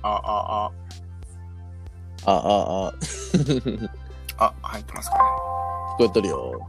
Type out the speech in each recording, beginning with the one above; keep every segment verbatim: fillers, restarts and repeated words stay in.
あ、あ、あ。 あ、あ、あ。 あ、入ってますかね。 聞こえとるよ。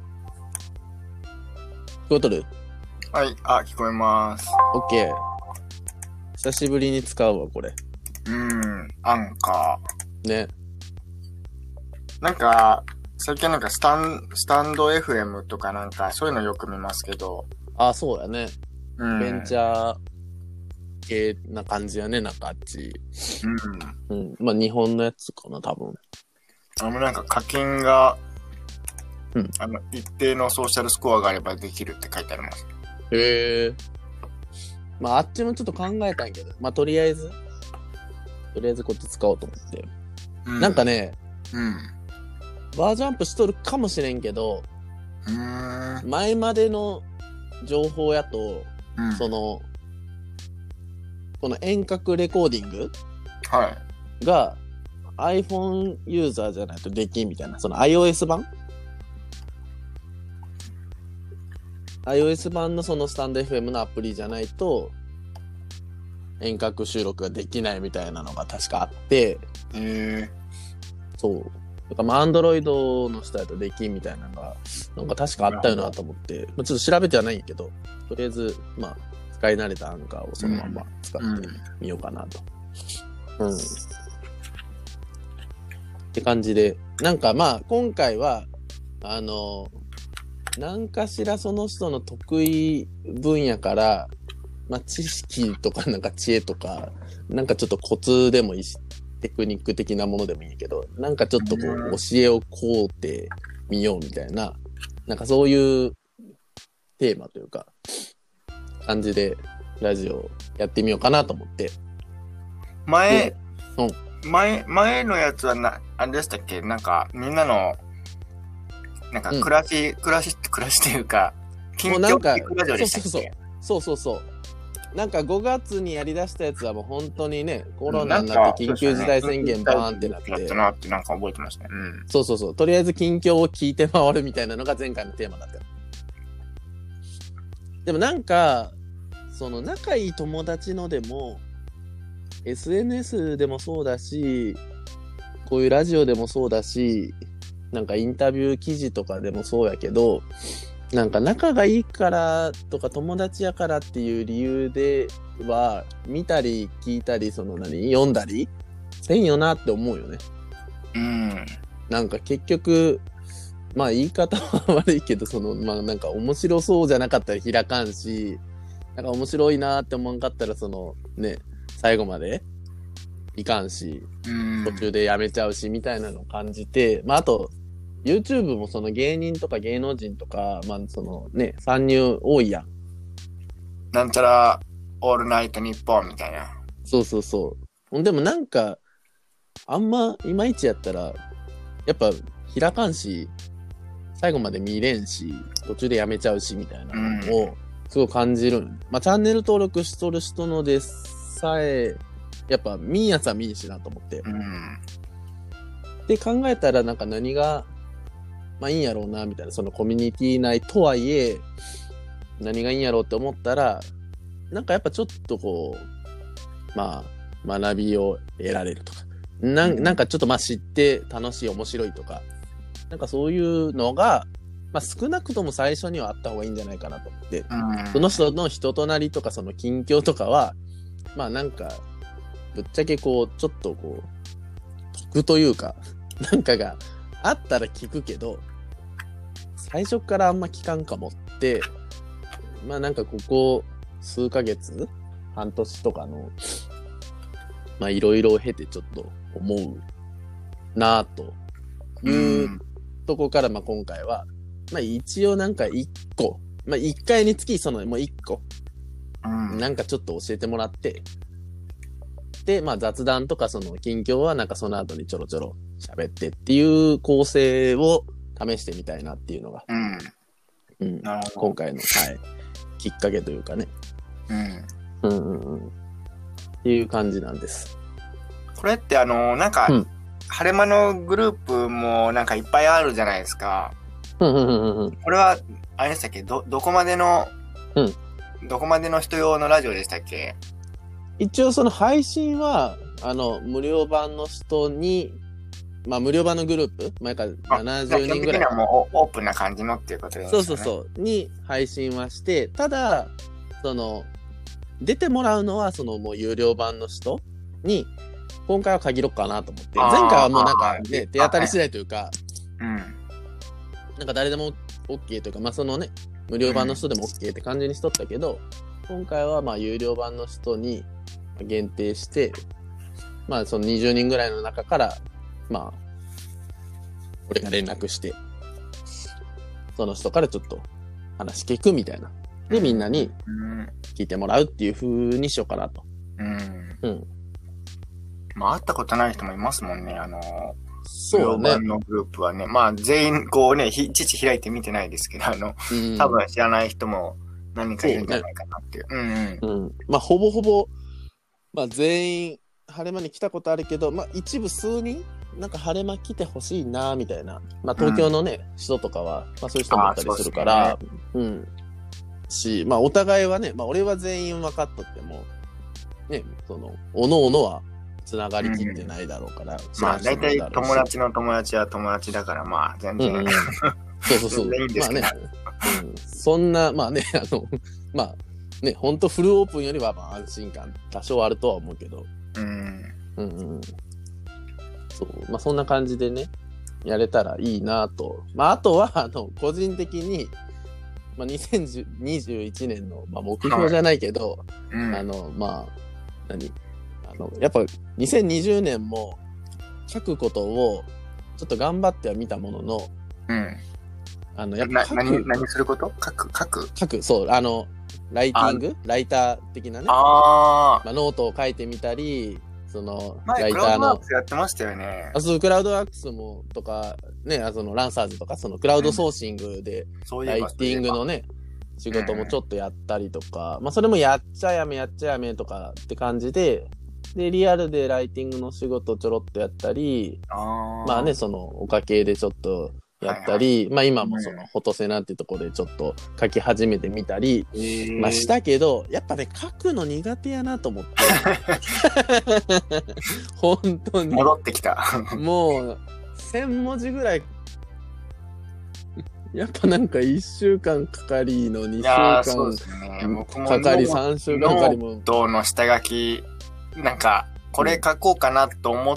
聞こえとる？ はい、あ、聞こえます。 オッケー。久しぶりに使うわ、これ。 うーん、アンカー。ね。 なんか、最近なんかスタン、スタンド エフエム とかなんかそういうのよく見ますけど。 あ、そうやね。 うん。 ベンチャー系な感じやね、なんかあっち。うん。うん。まあ、日本のやつかな、多分。 あの、なんか課金が、 うん。 あの、一定のソーシャルスコアがあればできるって書いてあります。 へえ。まあ、あっちもちょっと考えたんやけど、まあ、とりあえず、とりあえずこっち使おうと思って。うん、なんかね、 うん。 バージョンアップしとるかもしれんけど、 うーん、 前までの情報やと、うん、その、この遠隔レコーディングはい。 が iPhone ユーザーじゃないとできんみたいな、その iOS 版iOS 版のそのスタンド エフエム のアプリじゃないと遠隔収録ができないみたいなのが確かあって、 へえ。 そう。だからまあ Android の人やとできんみたいなのがなんか確かあったよなと思って、まあ、ちょっと調べてはないんやけど、とりあえずまあ使い慣れたアンカーをそのまま使ってみようかなと。うん。うん、って感じで、なんかまあ今回はあの何かしらその人の得意分野から、まあ、知識とかなんか知恵とか、なんかちょっとコツでもいいし、テクニック的なものでもいいけど、なんかちょっとこう、教えをこうてみようみたいな、なんかそういうテーマというか、感じでラジオやってみようかなと思って。 前、 うん、 前、前のやつはな、あれでしたっけ？なんか、みんなの、なんか暮らし、うん、暮らし、暮らしというか、近況っていうラジオでしたっけ？ そうそうそう。なんかごがつにやりだしたやつはもう本当にね、コロナになって緊急事態宣言バーンってなって。 やったなってなんか覚えてますね。うん。 そうそうそう。とりあえず近況を聞いて回るみたいなのが前回のテーマだったよ。でもなんか、その仲いい友達のでも、エスエヌエス でもそうだし、こういうラジオでもそうだし、なんかインタビュー記事とかでもそうやけど、なんか仲がいいからとか友達やからっていう理由では見たり聞いたりその何読んだりせんよなって思うよね。 うん。 なんか結局まあ言い方は悪いけどそのまあなんか面白そうじゃなかったら開かんし、なんか面白いなって思わんかったらそのね最後までいかんし、途中でやめちゃうしみたいなのを感じて、まああとYouTube もその芸人とか芸能人とか、まあそのね、参入多いやん。 なんちゃら、オールナイトニッポンみたいな。 そうそうそう。でもなんか、あんまいまいちやったら、やっぱ開かんし、最後まで見れんし、途中でやめちゃうしみたいなのを、すごい感じる、うん。まあチャンネル登録しとる人のでさえ、やっぱ見んやつは見んしなと思って。うん、で考えたらなんか何が、まあいいんやろうなみたいな、そのコミュニティ内とはいえ何がいいんやろうって思ったら、なんかやっぱちょっとこうまあ学びを得られるとか、な ん, なんかちょっとまあ知って楽しい面白いとか、なんかそういうのが、まあ、少なくとも最初にはあった方がいいんじゃないかなと思って、うん、その人の人となりとかその近況とかはまあなんかぶっちゃけこうちょっとこう得というかなんかがあったら聞くけど、最初からあんま聞かんかもって、まあなんかここ数ヶ月、半年とかの、まあいろいろを経てちょっと思うなぁというとこからまあ今回は、まあ一応なんか一個、まあ一回につきそのもう一個、なんかちょっと教えてもらって、でまあ雑談とかその近況はなんかその後にちょろちょろ喋ってっていう構成を試してみたいなっていうのが、うんうん、今回の、はい、きっかけというかね、うん、うんうんうんっていう感じなんです。 これってあのなんか、うん、晴れ間のグループもなんかいっぱいあるじゃないですか。 うんうんうんうん、 これはあれでしたっけ？どどこまでの、うん、どこまでの人用のラジオでしたっけ？ 一応その配信はあの、無料版の人に、まあ、無料版のグループ、前からななじゅうにんぐらい。 基本的にはもうオープンな感じのっていうことですね。 そうそうそう。に配信はして、ただ、その、出てもらうのは、そのもう有料版の人に、今回は限ろうかなと思って、前回はもうなんかね、手当たり次第というか、 うん。 なんか誰でも OK というか、まあそのね、無料版の人でも OK って感じにしとったけど、うん、今回はまあ有料版の人に限定して、まあそのにじゅうにんぐらいの中から、まあ、俺が連絡して、その人からちょっと話聞くみたいな。で、みんなに聞いてもらうっていう風にしようかなと。 うん。 うん。 まあ、会ったことない人もいますもんね、あの、 そうね。 のグループはね、まあ、全員こうね、いちいち開いて見てないですけど、あの、うん、多分知らない人も何かいるんじゃないかなっていう。うね、 うんうん。うん。まあ、ほぼほぼ、まあ、全員、晴れ間に来たことあるけど、まあ、一部数人、なんか晴れ間来てほしいな、みたいな。まあ、東京のね、うん、人とかは、まあ、そういう人もいたりするから、うね、うん。し、まあ、お互いはね、まあ、俺は全員分かっとっても、ね、その、おのおのは、つながりきってないだろうから。うん、 まあ、大体友達の友達は友達だから、まあ、全然。うんうん、 そうそうそう。いいんですけど。まあね、うん、そんな、まあね、あの、まあ、ね、ほんとフルオープンよりは、まあ、安心感、多少あるとは思うけど。 うん。 うんうん。そう。まあ、そんな感じでね、やれたらいいなと。まあ、あとは、あの、個人的に、まあ、にせんにじゅういちねんの、まあ、目標じゃないけど、はい、うん、あの、まあ、何あのやっぱにせんにじゅうねんも書くことをちょっと頑張ってはみたものの、 うん、 あのやっぱ書く何何すること書く書く書くそうあのライティングライター的なねあ、 まあ、ノートを書いてみたりそのライターのクラウドワークスやってましたよね。 あそうクラウドワークスもとかねあそのランサーズとかそのクラウドソーシングでライティングのね、うん、仕事もちょっとやったりとか、うん、まあそれもやっちゃやめやっちゃやめとかって感じで。で、リアルでライティングの仕事ちょろっとやったり、あまあね、その、おかけでちょっとやったり、はいはい、まあ今もその、フォトセナっていうところでちょっと書き始めてみたり、まあしたけど、やっぱね、書くの苦手やなと思って。本当に。 戻ってきた。 もう、せんもじぐらい、やっぱなんかいっしゅうかんかかりのにしゅうかんかかり、さんしゅうかんかかりも。 ノートの下書き、なんか、これ書こうかなと思って、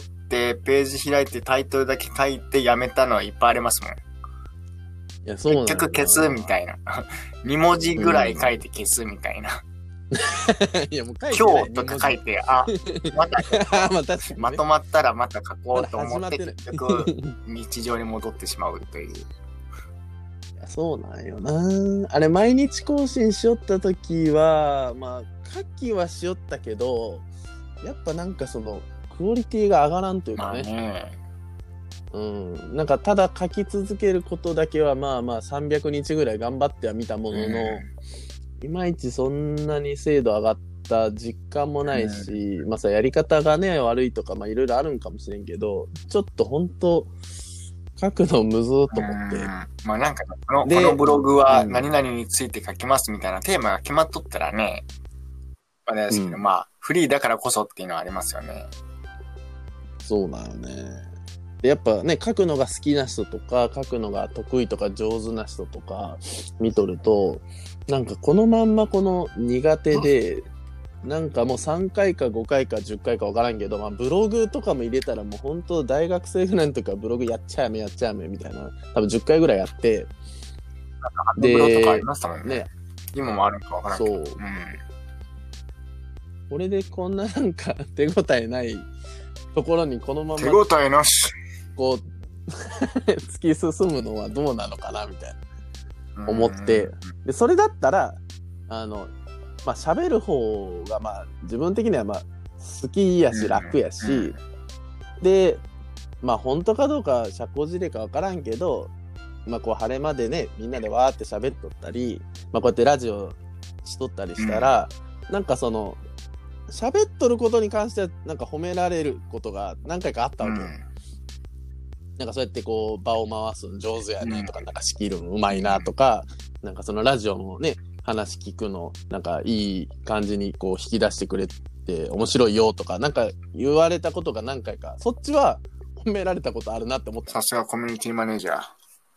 ページ開いてタイトルだけ書いてやめたのはいっぱいありますもん。いや、そうなんだ。 結局消すみたいな。にもじぐらい書いて消すみたいな。 いや、もう書いて今日とか書いて、あ、また、 ま, ね、まとまったらまた書こうと思って、結局、日常に戻ってしまうという。いや、そうなんよな。あれ、毎日更新しよったときは、まあ、書きはしよったけど、やっぱなんかそのクオリティが上がらんというかね、まあね、うん、なんかただ書き続けることだけはまあまあさんびゃくにちぐらい頑張ってはみたものの、うん、いまいちそんなに精度上がった実感もないし、うん、まあさやり方がね悪いとかまあいろいろあるんかもしれんけどちょっと本当書くのむずーと思って、うん、 まあなんかこの、このブログは何々について書きますみたいなテーマが決まっとったらね、あれですけど、うん、まあフリーだからこそっていうのはありますよね。 そうなのね。でやっぱね書くのが好きな人とか書くのが得意とか上手な人とか見とるとなんかこのまんまこの苦手でなんかもうさんかいかごかいかじゅっかいか分からんけど、まあ、ブログとかも入れたらもう本当大学生ぐらいの時からブログやっちゃやめやっちゃやめみたいな多分じゅっかいぐらいやってでブログとかありましたもんね。ね今もあるんか分からんけど。そう、うんこれでこんななんか手応えないところにこのまま手応えなしこう突き進むのはどうなのかなみたいな思ってでそれだったらあのまあ喋る方がまあ自分的にはまあ好きやし楽やしでまあ本当かどうか社交辞令か分からんけどまあこう晴れ間でねみんなでわーって喋っとったりまあこうやってラジオしとったりしたら、うん、なんかその喋っとることに関してはなんか褒められることが何回かあったわけよ、うん、なんかそうやってこう場を回すの上手やねとか、うん、なんか仕切るのうまいなとか、うん、なんかそのラジオのね話聞くのなんかいい感じにこう引き出してくれて面白いよとかなんか言われたことが何回か、そっちは褒められたことあるなって思った。 さすがコミュニティマネージャ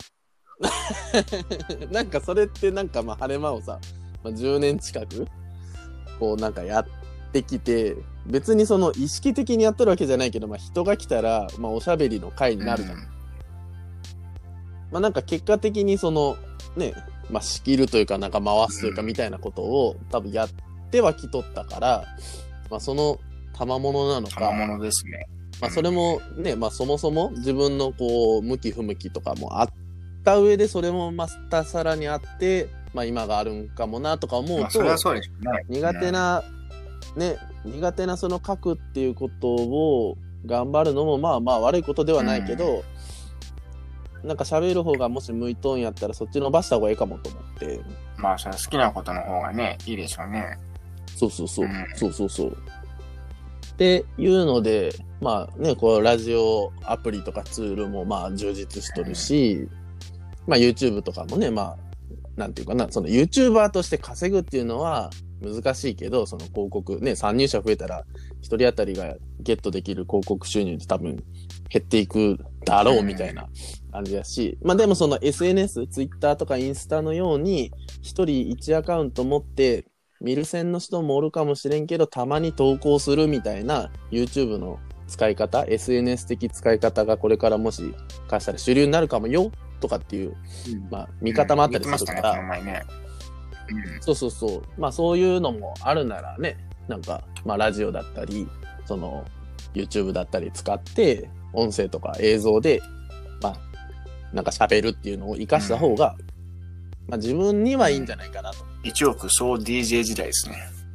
ー。なんかそれってなんかまあ晴れ間をさ、まあ、じゅうねん近くこうなんかやってきて、別にその意識的にやってるわけじゃないけど、まあ人が来たらまあおしゃべりの会になるじゃん。うん、まあなんか結果的にそのね、まあ仕切るというかなんか回すというかみたいなことを多分やってはきとったから、まあその賜物なのか。 賜物ですね。 まあそれもね、まあそもそも自分のこう向き不向きとかもあった上で、それもまたさらにあって、まあ今があるんかもなとか思うと、まあ、 それはそうですね。 苦手な、ね、苦手なその書くっていうことを頑張るのもまあまあ悪いことではないけど、うん、なんか喋る方がもし向いとんやったらそっち伸ばした方がいいかもと思って。 まあそれ好きなことの方がね、いいでしょうね。 そうそうそう、うん、そうそうそう。っていうので、まあね、こうラジオアプリとかツールもまあ充実しとるし、うん、まあ YouTube とかもね、まあなんていうかな、その YouTuber として稼ぐっていうのは難しいけど、その広告ね、参入者増えたら一人当たりがゲットできる広告収入って多分減っていくだろうみたいな感じだし、まあでもその エスエヌエス、Twitter とかインスタのように一人一アカウント持って見る線の人もおるかもしれんけど、たまに投稿するみたいな YouTube の使い方、エスエヌエス 的使い方がこれからもしかしたら主流になるかもよとかっていう、うん、まあ見方もあったりするから、 うんねねうん、そうそうそう、まあそういうのもあるならね、なんかまあラジオだったり、その YouTube だったり使って音声とか映像でまあなんか喋るっていうのを活かした方が、うん、まあ自分にはいいんじゃないかなと。 一億総 ディージェー 時代ですね。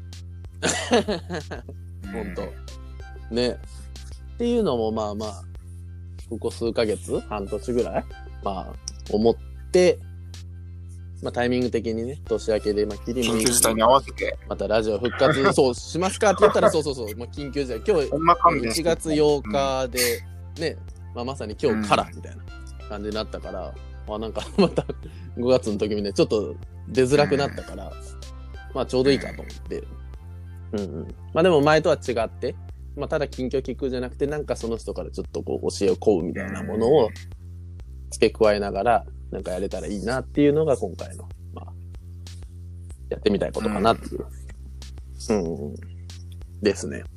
本当、うん、ね。っていうのもまあまあここ数ヶ月半年ぐらいまあ思って、まあタイミング的にね年明けでまあ切り緊急事態に合わせてまたラジオ復活そうしますかって言ったらそうそうそうもう緊急事態今日いちがつようかでね、まあまさに今日からみたいな感じになったから、うん、あなんかまたごがつの時にねちょっと出づらくなったから、うん、まあちょうどいいかと思って、うんうん、まあでも前とは違って、まあただ近況聞くじゃなくてなんかその人からちょっとこう教えを請うみたいなものを付け加えながらなんかやれたらいいなっていうのが今回のまあやってみたいことかなっていう、うん、うん、ですね。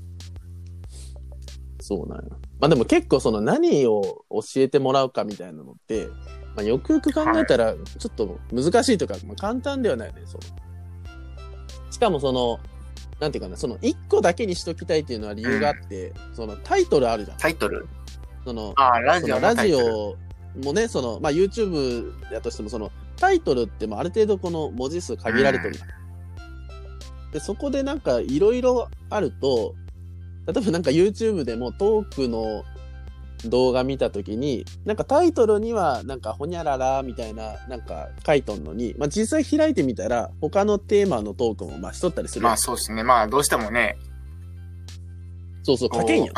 そうなんや。まあでも結構その何を教えてもらうかみたいなのって。まあ、よくよく考えたらちょっと難しいというか、まあ、簡単ではないね。そうしかもそのなんていうかな、そのいっこだけにしときたいっていうのは理由があって、うん、そのタイトルあるじゃん。 タイトルそのあラジオのラジオもね、そのまあ YouTube やとしてもそのタイトルってもある程度この文字数限られてる、うん、でそこでなんかいろいろあると、例えばなんか YouTube でもトークの動画見たときになんかタイトルにはなんかほにゃららみたいななんか書いとんのに、まあ、実際開いてみたら他のテーマのトークもまあしとったりする。 まあそうですね。まあどうしてもね。 そうそう書けんやん。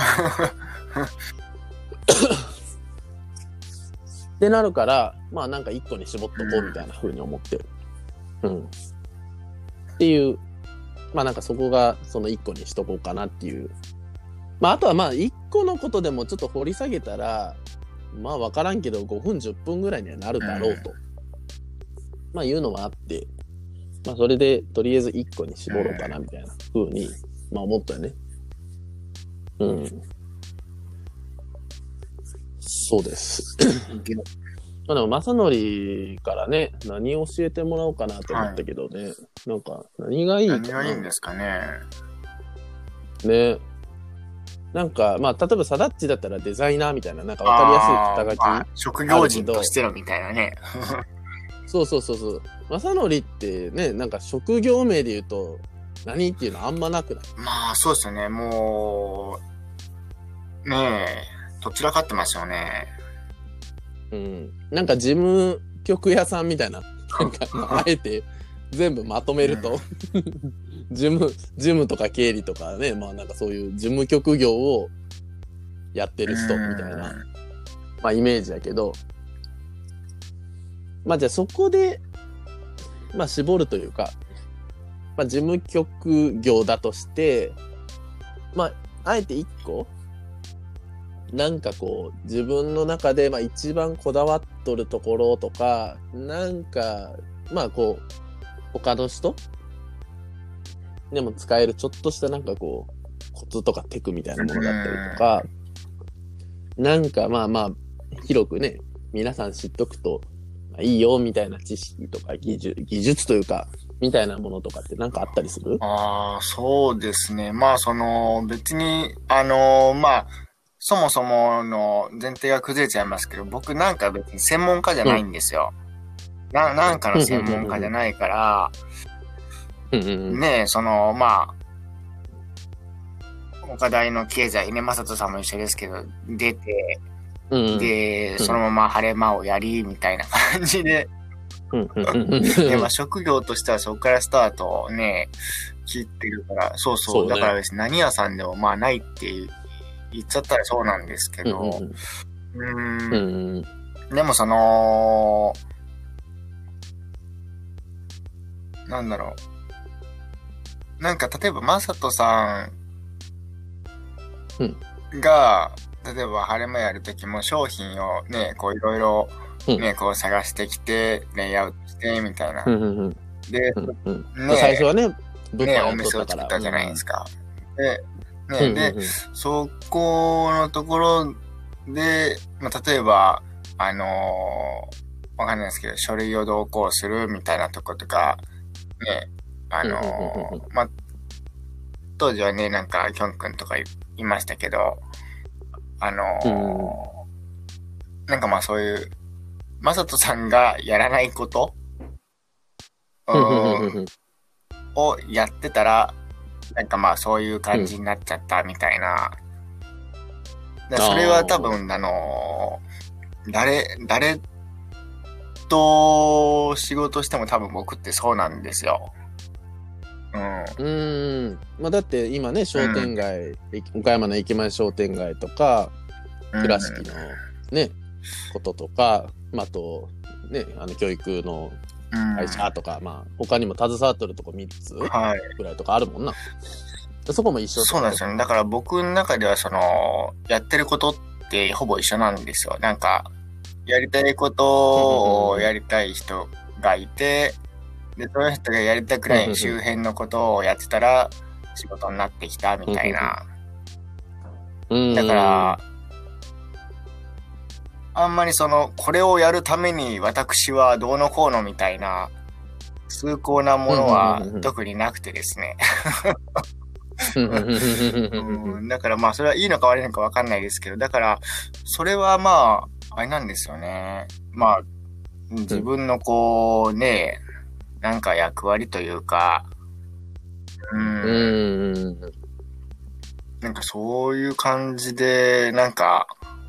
ってなるからまあなんか一個に絞っとこうみたいな風に思ってる。うん。っていうまあなんかそこがその一個にしとこうかなっていう。まああとはまあ一個のことでもちょっと掘り下げたらまあ分からんけどごふんじゅっぷんぐらいにはなるだろうと、うん、まあいうのはあって、まあそれでとりあえず一個に絞ろうかなみたいな風にまあ思ったよね。うん。そうです。まあでも正則からね何を教えてもらおうかなと思ったけどね、はい、なんか何がいいかな。 何がいいんですかね。 ね。なんかまあ例えばサダッチだったらデザイナーみたいななんか分かりやすい肩書き、まあ、 職業人としてのみたいなね。 そうそうそうそう。正則ってねなんか職業名で言うと何っていうのあんまなくない？ まあそうですよね。もうねえどちらかってますよね。 うん。なんか事務局屋さんみたいななんかあえて全部まとめると、うん、事務事務とか経理とかねまあなんかそういう事務局業をやってる人みたいな、まあイメージやけど、まあじゃあそこでまあ絞るというか、まあ事務局業だとしてまあ、あえて一個、なんかこう、自分の中で、まあ一番こだわっとるところとか、なんか、まあこう、他の人でも使えるちょっとしたなんかこう、コツとかテクみたいなものだったりとか、なんかまあまあ、広くね、皆さん知っとくと、まあ、いいよみたいな知識とか技術、技術というか、みたいなものとかってなんかあったりする？ ああ、そうですね。まあ、その、別に、あの、まあ、そもそもの前提が崩れちゃいますけど、僕なんか別に専門家じゃないんですよ。うん、な、なんかの専門家じゃないから、ねえ、その、まあ、岡大の経済ね、正人さんも一緒ですけど、出て、うん、で、そのまま晴れ間をやり、みたいな感じで、で、まあ、職業としてはそこからスタートをね、切ってるから、そうそう、そうね、だから別に何屋さんでもまあないって言っちゃったらそうなんですけど、うん、うん、でもその、なんだろう。なんか例えば、まさとさんが、うん、例えば晴れ間やるときも商品をね、こういろいろね、うん、こう探してきて、レイアウトして、みたいな。うんうんうん、で、うんうん、ね、最初はね、ね、お店を作ったじゃないですか。うん、で、ね、うんうんうん、で、そこのところで、まあ、例えば、あのー、わかんないですけど、書類を同行するみたいなとことか、ね、あのー、まあ、当時はね、なんか、きょんくんとかいましたけど、あのー、うん、なんかまあそういう、まさとさんがやらないことをやってたら、なんかまあそういう感じになっちゃったみたいな。だそれは多分、あのー、誰、誰と仕事しても多分僕ってそうなんですよ。うん。 うん。まあだって今ね、商店街、うん、岡山の駅前商店街とか、倉敷のね、うん、こととか、まあ、あと、ね、あの教育の会社とか、うん、まあ他にも携わってるとこみっつぐらいとかあるもんな。はい、そこも一緒。 そうなんですよね。だから僕の中ではそのやってることってほぼ一緒なんですよ。なんかやりたいことをやりたい人がいて、でその人がやりたくない周辺のことをやってたら仕事になってきたみたいな。だからあんまりその、これをやるために私はどうのこうのみたいな、崇高なものは特になくてですね。うん、だからまあ、それはいいのか悪いのかわかんないですけど、だから、それはまあ、あれなんですよね。まあ、自分のこう、ね、なんか役割というか、うん、なんかそういう感じで、なんか、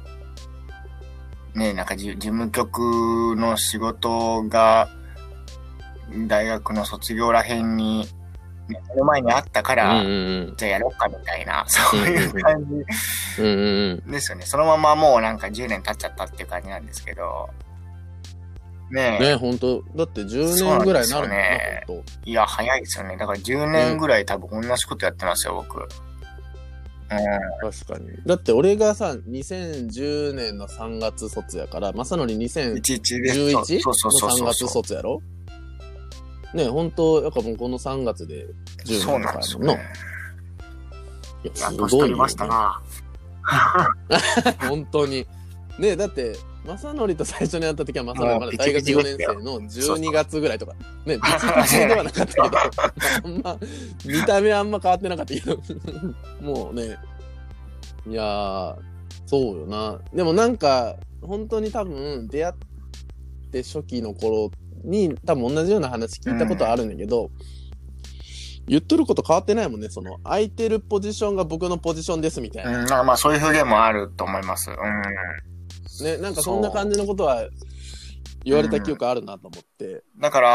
ねえ、なんか事務局の仕事が大学の卒業らへんに、ね、目の前にあったから、うんうんうん、じゃあやろうかみたいな、そういう感じですよね。そのままもうなんかじゅうねん経っちゃったっていう感じなんですけど。ねえ。 ねえ、ほんと。だってじゅうねんぐらいになるもんね。いや、早いですよね。だからじゅうねんぐらい多分同じことやってますよ、僕。 確かに。だって俺がさ、にせんじゅうねんのさんがつ卒やから、まさのりにせんじゅういちのさんがつ卒やろ？ねえ、ほんと、やっぱもうこのさんがつでじゅうねんそうなんですよね。いや、すごいよ、ね。年取りましたな。 本当に。ねえ、だって、まさのりと最初に会った時はまさのりまだ大学よねん生のじゅうにがつぐらいとか。ね、ピチピチではなかったけど、あんま、見た目あんま変わってなかったけど、もうね、いやー、そうよな。でもなんか、本当に多分、出会って初期の頃に、多分同じような話聞いたことあるんだけど、うん、言っとること変わってないもんね。その、空いてるポジションが僕のポジションですみたいな。 うん、まあそういう表現もあると思います。うん。 ね、なんかそんな感じのことは言われた記憶あるなと思って。 うん、だから、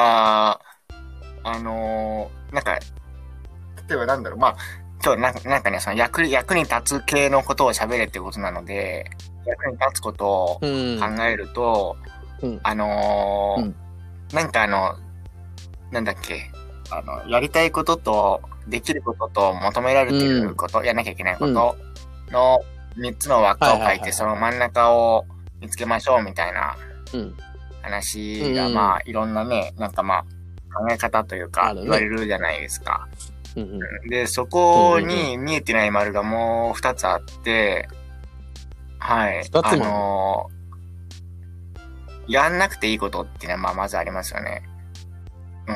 あのー、なんか、例えばなんだろう、まあ、今日ななんかね、その役、役に立つ系のことを喋れってことなので、役に立つことを考えると、うん、あのーうん、なんかあの、なんだっけ、 あの、やりたいことと、できることと、求められていること、うん、やらなきゃいけないことのみっつの輪っかを書いて、その真ん中を見つけましょうみたいな話が、まあ、いろんなね、なんかまあ、考え方というか、言われるじゃないですか。うんうん、で、そこに見えてない丸がもうふたつあって、はい。あのー、やんなくていいことっていうのは、まあ、まずありますよね。うん、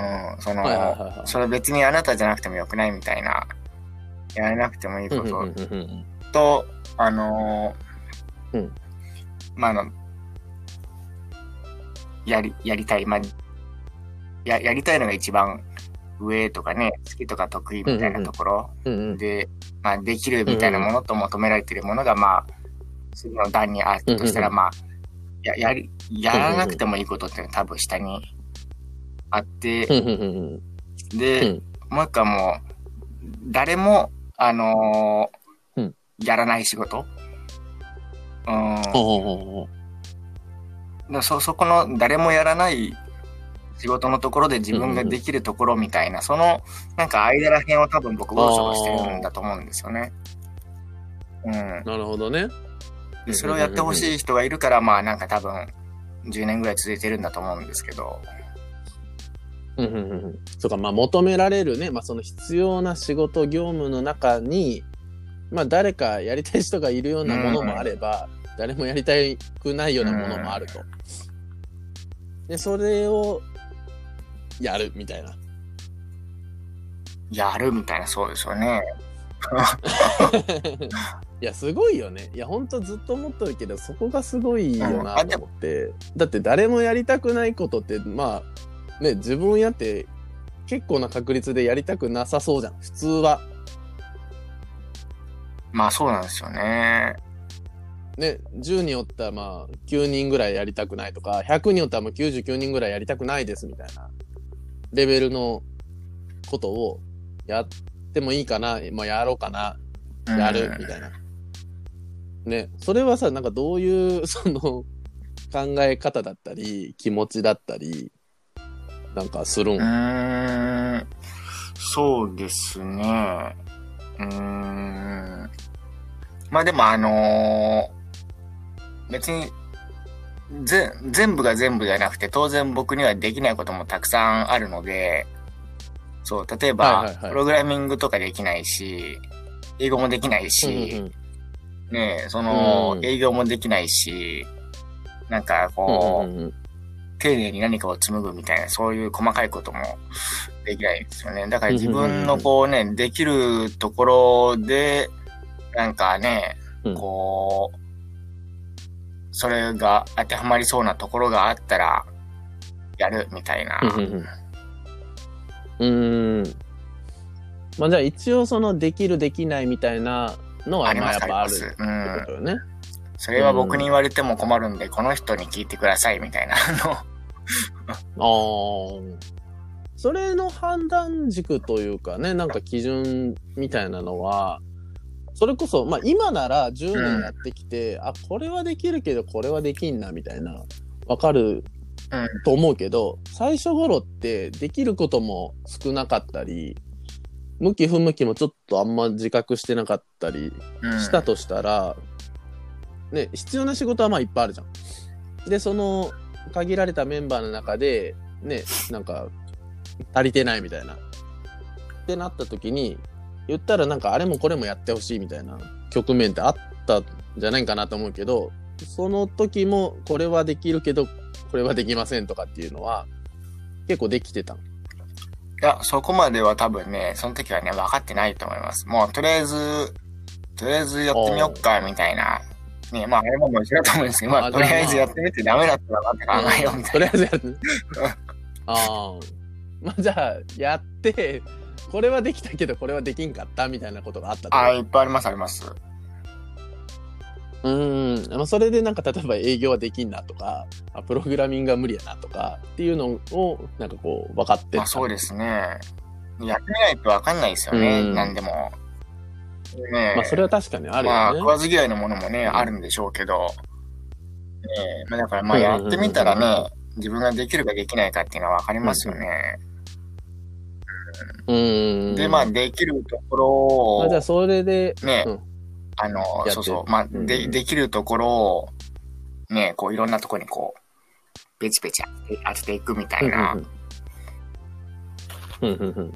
その、はいはいはいはい、それ別にあなたじゃなくてもよくないみたいな、やらなくてもいいことと、あのー、うん、まあ、あの、やり、やりたい、まあ、や、やりたいのが一番上とかね、好きとか得意みたいなところで、うんうん、まあ、できるみたいなものと求められているものが、まあ、次の段にあったとしたら、まあ、や、やり、やらなくてもいいことっていうのは多分下にあって、で、もう一個はもう、誰も、あのーうん、やらない仕事。うん。そ、そこの誰もやらない仕事のところで自分ができるところみたいな、その、なんか間らへんを多分僕、ゴロゴロしてるんだと思うんですよね。 うん。なるほどね。 でそれをやってほしい人がいるから、まあなんか多分、じゅうねんぐらい続いてるんだと思うんですけど。 うんうんうん。そうか、まあ求められるね、まあその必要な仕事業務の中に、まあ誰かやりたい人がいるようなものもあれば、うん、誰もやりたくないようなものもあると。うん、で、それをやるみたいな。 やるみたいな、そうですよね。 いや、すごいよね。いや、ほんとずっと思ってるけど、そこがすごいよなと思って。うん、だって誰もやりたくないことって、まあ、ね、自分やって結構な確率でやりたくなさそうじゃん、普通は。 まあ、そうなんですよね。 ね、じゅうにんおったらまあ、きゅうにんぐらいやりたくないとか、ひゃくにんおったらもうきゅうじゅうきゅうにんぐらいやりたくないですみたいなレベルのことをやってもいいかな、まあ、やろうかな、やるみたいな。ね、それはさ、なんかどういうその考え方だったり気持ちだったりなんかするん？ うーん、そうですね。うーん、まあでもあのー、別にぜ全部が全部じゃなくて、当然僕にはできないこともたくさんあるので、そう例えば、はいはいはい、プログラミングとかできないし、英語もできないし。うんうんうん、ねえ、その、営業もできないし、なんかこう、うんうんうん、丁寧に何かを紡ぐみたいな、そういう細かいこともできないですよね。だから自分のこうね、できるところで、なんかね、こう、それが当てはまりそうなところがあったら、やるみたいな。 うん。まあじゃあ一応そのできるできないみたいな、のはまあやっぱあるってことよね。 それは僕に言われても困るんで、うん、この人に聞いてくださいみたいなの。ああ。それの判断軸というかね、なんか基準みたいなのは、それこそ、まあ今ならじゅうねんやってきて、うん、あ、これはできるけどこれはできんなみたいな、わかると思うけど、うん、最初頃ってできることも少なかったり、向き不向きもちょっとあんま自覚してなかったりしたとしたら、うん、ね、必要な仕事はまあいっぱいあるじゃん。で、その限られたメンバーの中で、ね、なんか足りてないみたいな。ってなった時に、言ったらなんかあれもこれもやってほしいみたいな局面ってあったんじゃないかなと思うけど、その時もこれはできるけど、これはできませんとかっていうのは結構できてたの。 いや、そこまでは多分ね、その時はね、分かってないと思います。もう、とりあえず、とりあえずやってみよっか、みたいな。ね、まあ、あれももちろんだと思うんですけど、まあ、とりあえずやってみてダメだったらまた考えよう、みたいな。 とりあえずやって。ああ。まあ、じゃあ、やって、これはできたけど、これはできんかった、みたいなことがあったと。 ああ、いっぱいあります、あります。 うーん、まあ、それでなんか例えば営業はできんなとか、プログラミングは無理やなとかっていうのをなんかこう分かってった。 あ、そうですね。やってみないと分かんないですよね、何でも。 ね、まあそれは確かにあるよね。 まあ食わず嫌いのものもね、うん、あるんでしょうけど、ね、まあ、だからまあやってみたらね、自分ができるかできないかっていうのは分かりますよね。 うんで、まあ、できるところを、 あじゃあ、それで、 ね、 うん、 あの、そうそう、まあ、で、できるところを、ね、こう、いろんなところにこう、ペチペチ当てていくみたいな。 うんうんうん。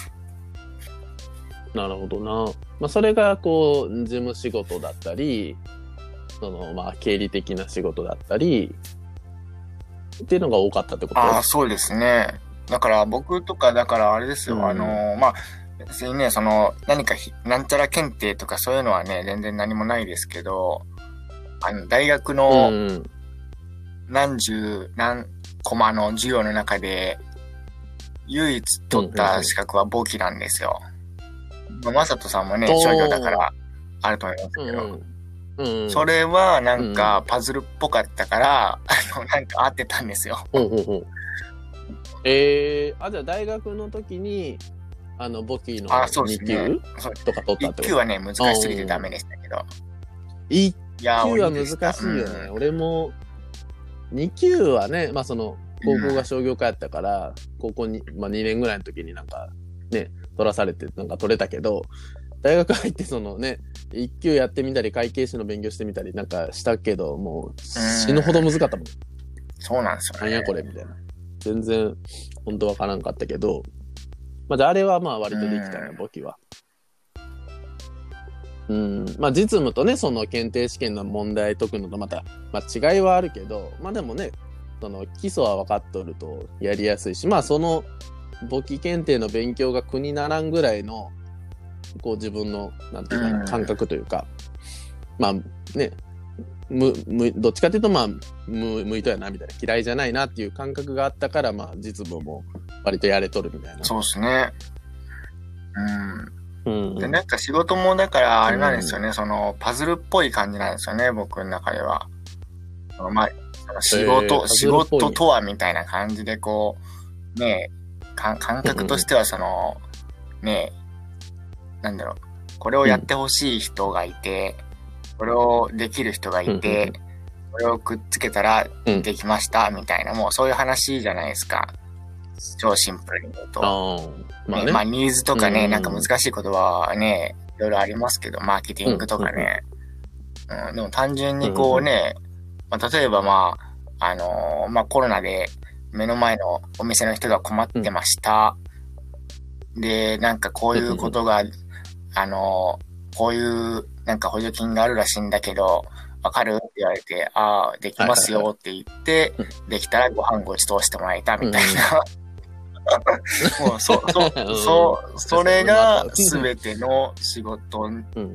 なるほどな。まあ、それが、こう、事務仕事だったり、その、まあ、経理的な仕事だったり、っていうのが多かったってこと？ ああ、そうですね。だから僕とか、だからあれですよ、うん、あの、まあ、別にね、その、何かなんちゃら検定とかそういうのはね、全然何もないですけど、あの、大学の何十何コマの授業の中で、唯一取った資格は簿記なんですよ。まあ、まさとさんもね、商業だからあると思いますけど。うんうん、それはなんかパズルっぽかったから、うん、あのなんか合ってたんですよ。 ほうほうほうえー、あじゃあ大学の時にあの簿記のに級、ね、とか取ったってこと？ いっ級はね難しすぎてダメでしたけど。 いっ級は難しいよね。うん、俺もに級はね、まあその高校が商業科やったから、うん、高校に、まあ、にねんぐらいの時になんかね取らされてなんか取れたけど。大学入ってそのねいっ級やってみたり会計士の勉強してみたりなんかしたけどもう死ぬほど難かったもん。 そうなんですよね。 なんやこれみたいな。全然本当わからんかったけど、まあ、じゃああれはまあ割とできたね簿記は。うんまあ実務とねその検定試験の問題解くのとまた、まあ、違いはあるけどまあでもねその基礎は分かっとるとやりやすいしまあその簿記検定の勉強が苦にならんぐらいのこう自分のなんていうかな感覚というか、まあねむむどっちかというとまあむ向いとやなみたいな嫌いじゃないなっていう感覚があったからまあ実務も割とやれとるみたいな。 そうですね。うん。うん、でなんか仕事もだからあれなんですよね、うん、そのパズルっぽい感じなんですよね僕の中では。まあその仕事、えー、仕事とはみたいな感じでこうね感覚としてはその、うん、ねなんだろう、これをやってほしい人がいて、うん、これをできる人がいて、うん、これをくっつけたらできました、うん、みたいな、もうそういう話じゃないですか。超シンプルに言うと。まあね、ねまあニーズとかね、うん、なんか難しい言葉はね、いろいろありますけど、マーケティングとかね。うん、でも単純にこうね、まあ、例えばまあ、あのー、まあコロナで目の前のお店の人が困ってました。で、なんかこういうことが、あの、こういうなんか補助金があるらしいんだけど、わかるって言われて、ああ、できますよって言って、できたらご飯ご馳走してもらえたみたいな。うん、もうそ、そ、そ、それが全ての仕事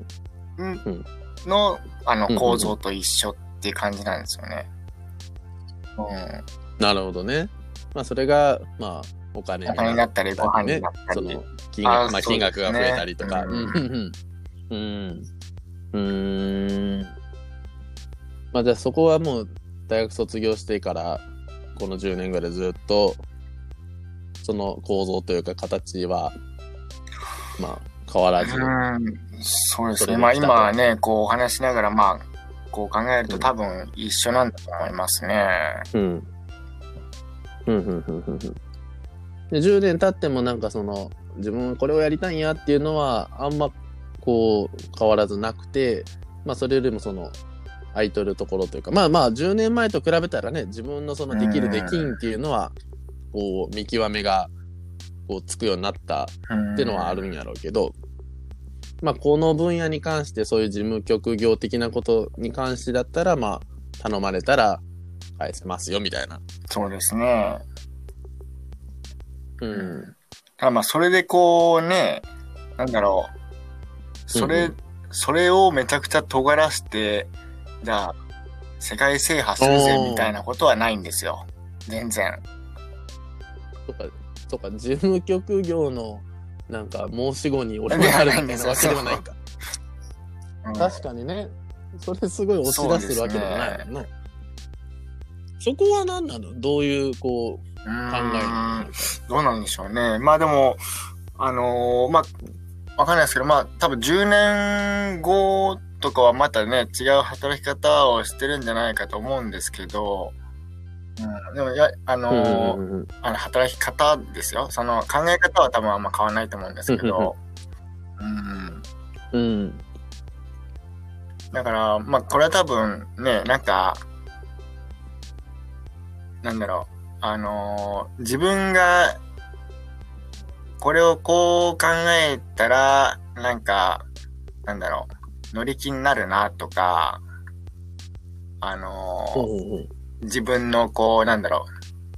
の、あの構造と一緒っていう感じなんですよね。 うん。なるほどね。まあそれが、まあ、お金になったり、ご飯になったり、 ね、その金額、まあ、金額が増えたりとか。うん。うん。うん。まあじゃあそこはもう大学卒業してからこのじゅうねんぐらいずっとその構造というか形はまあ変わらず。 うん。そうですね。まあ今はねこう話しながらまあこう考えると多分一緒なんだと思いますね。 うん。うんうんうんうん。でじゅうねん経ってもなんかその自分はこれをやりたいんやっていうのはあんまこう変わらずなくて、まあそれよりもその空いとるところというかまあまあじゅうねんまえと比べたらね自分のそのできるできんっていうのはこう見極めがこうつくようになったっていうのはあるんやろうけど、まあこの分野に関してそういう事務局業的なことに関してだったらまあ頼まれたら返せますよみたいな。 そうですね。 うん。 ただまあそれでこうね、なんだろう、それ、うんうん、それをめちゃくちゃ尖らして、じゃあ世界制覇するぜみたいなことはないんですよ。全然。 とか、とか事務局業のなんか申し子に俺があるみたいなわけではないか。うん、確かにね、それすごい押し出するわけでもないもんな。そこは何なの？どういうこう考えなの？ どうなんでしょうね。まあでもあのー、まあわかんないですけど、まあ多分じゅうねんごとかはまたね違う働き方をしてるんじゃないかと思うんですけど、 うん、でもや、あのーうんうんうん、あの働き方ですよ。その考え方は多分あんま変わらないと思うんですけど、うん、うん。だから、まあ、これは多分ね、なんか、なんだろう、あのー、自分が、これをこう考えたら、なんか、なんだろう、乗り気になるなとか、あのーうんうん、自分のこう、なんだろ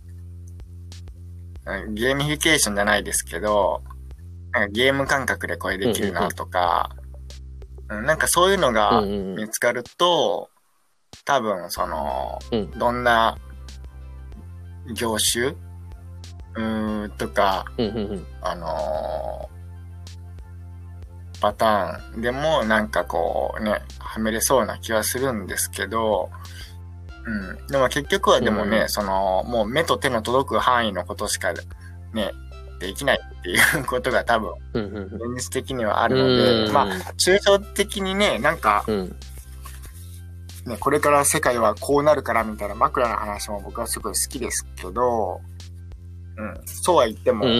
う、ゲーミフィケーションじゃないですけど、なんかゲーム感覚でこれできるなとか、うんうんうん、なんかそういうのが見つかると、多分その、うん、どんな業種うーんとか、うんうんうん、あのー、パターンでもなんかこうね、はめれそうな気はするんですけど、うん。でも結局はでもね、うん、その、もう目と手の届く範囲のことしかね、できないっていうことが多分、現実的にはあるので、うん、まあ、抽象的にね、なんか、うん、ね、これから世界はこうなるからみたいな枕の話も僕はすごい好きですけど、うん、そうは言っても、うん、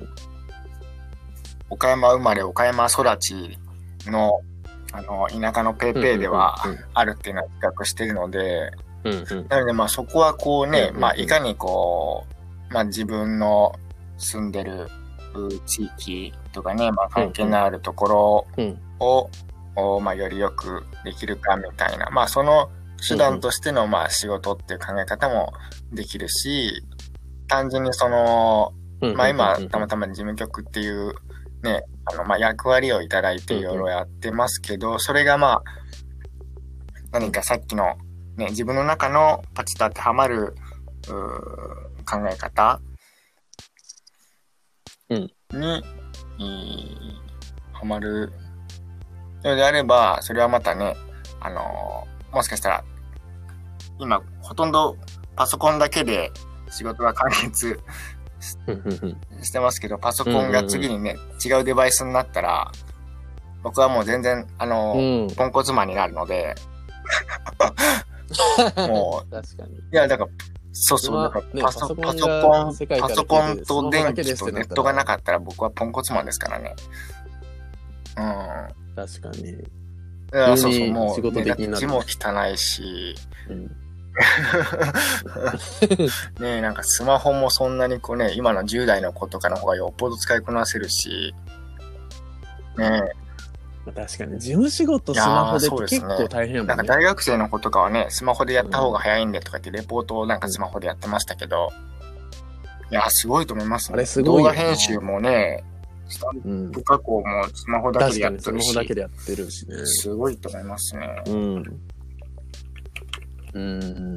岡山生まれ岡山育ちの、あの、田舎のペーペーではあるっていうのは比較してるので、うんうん、なのでまあそこはこうね、うんうんうん、まあいかにこう、まあ自分の住んでる地域とかね、まあ関係のあるところを、うんうん、まあよりよくできるかみたいな、まあその手段としてのまあ仕事っていう考え方もできるし、単純にその、まあ今たまたま事務局っていうね、あのまあ役割をいただいていろいろやってますけど、それがまあ何かさっきのね、自分の中のパチッと当てはまる考え方に、うん、はまるのであれば、それはまたね、あのー、もしかしたら今ほとんどパソコンだけで仕事が完結してますけど、パソコンが次にね、違うデバイスになったら、僕はもう全然、あのーうん、ポンコツマンになるので、もう、確かに。いや、だから、そうそう、だからパソ、ね、パソコン、パソコンと電気とネットがなかったら僕はポンコツマンですからね。うん。 確かに。 いや、そうそう、もう、ね、字も汚いし、うん、ねえ、なんかスマホもそんなにこうね、今のじゅう代の子とかの方がよっぽど使いこなせるし、ねえ。 確かに事務仕事スマホでって結構大変やもんね。 なんか大学生の子とかはね、スマホでやった方が早いんでとか言ってレポートをなんかスマホでやってましたけど、うん、いやすごいと思いますね。あれすごい。動画編集もね、スタンプ加工もスマホだけでやってるし、 うん、スマホだけでやってるしね。 すごいと思いますね。 うん。うん。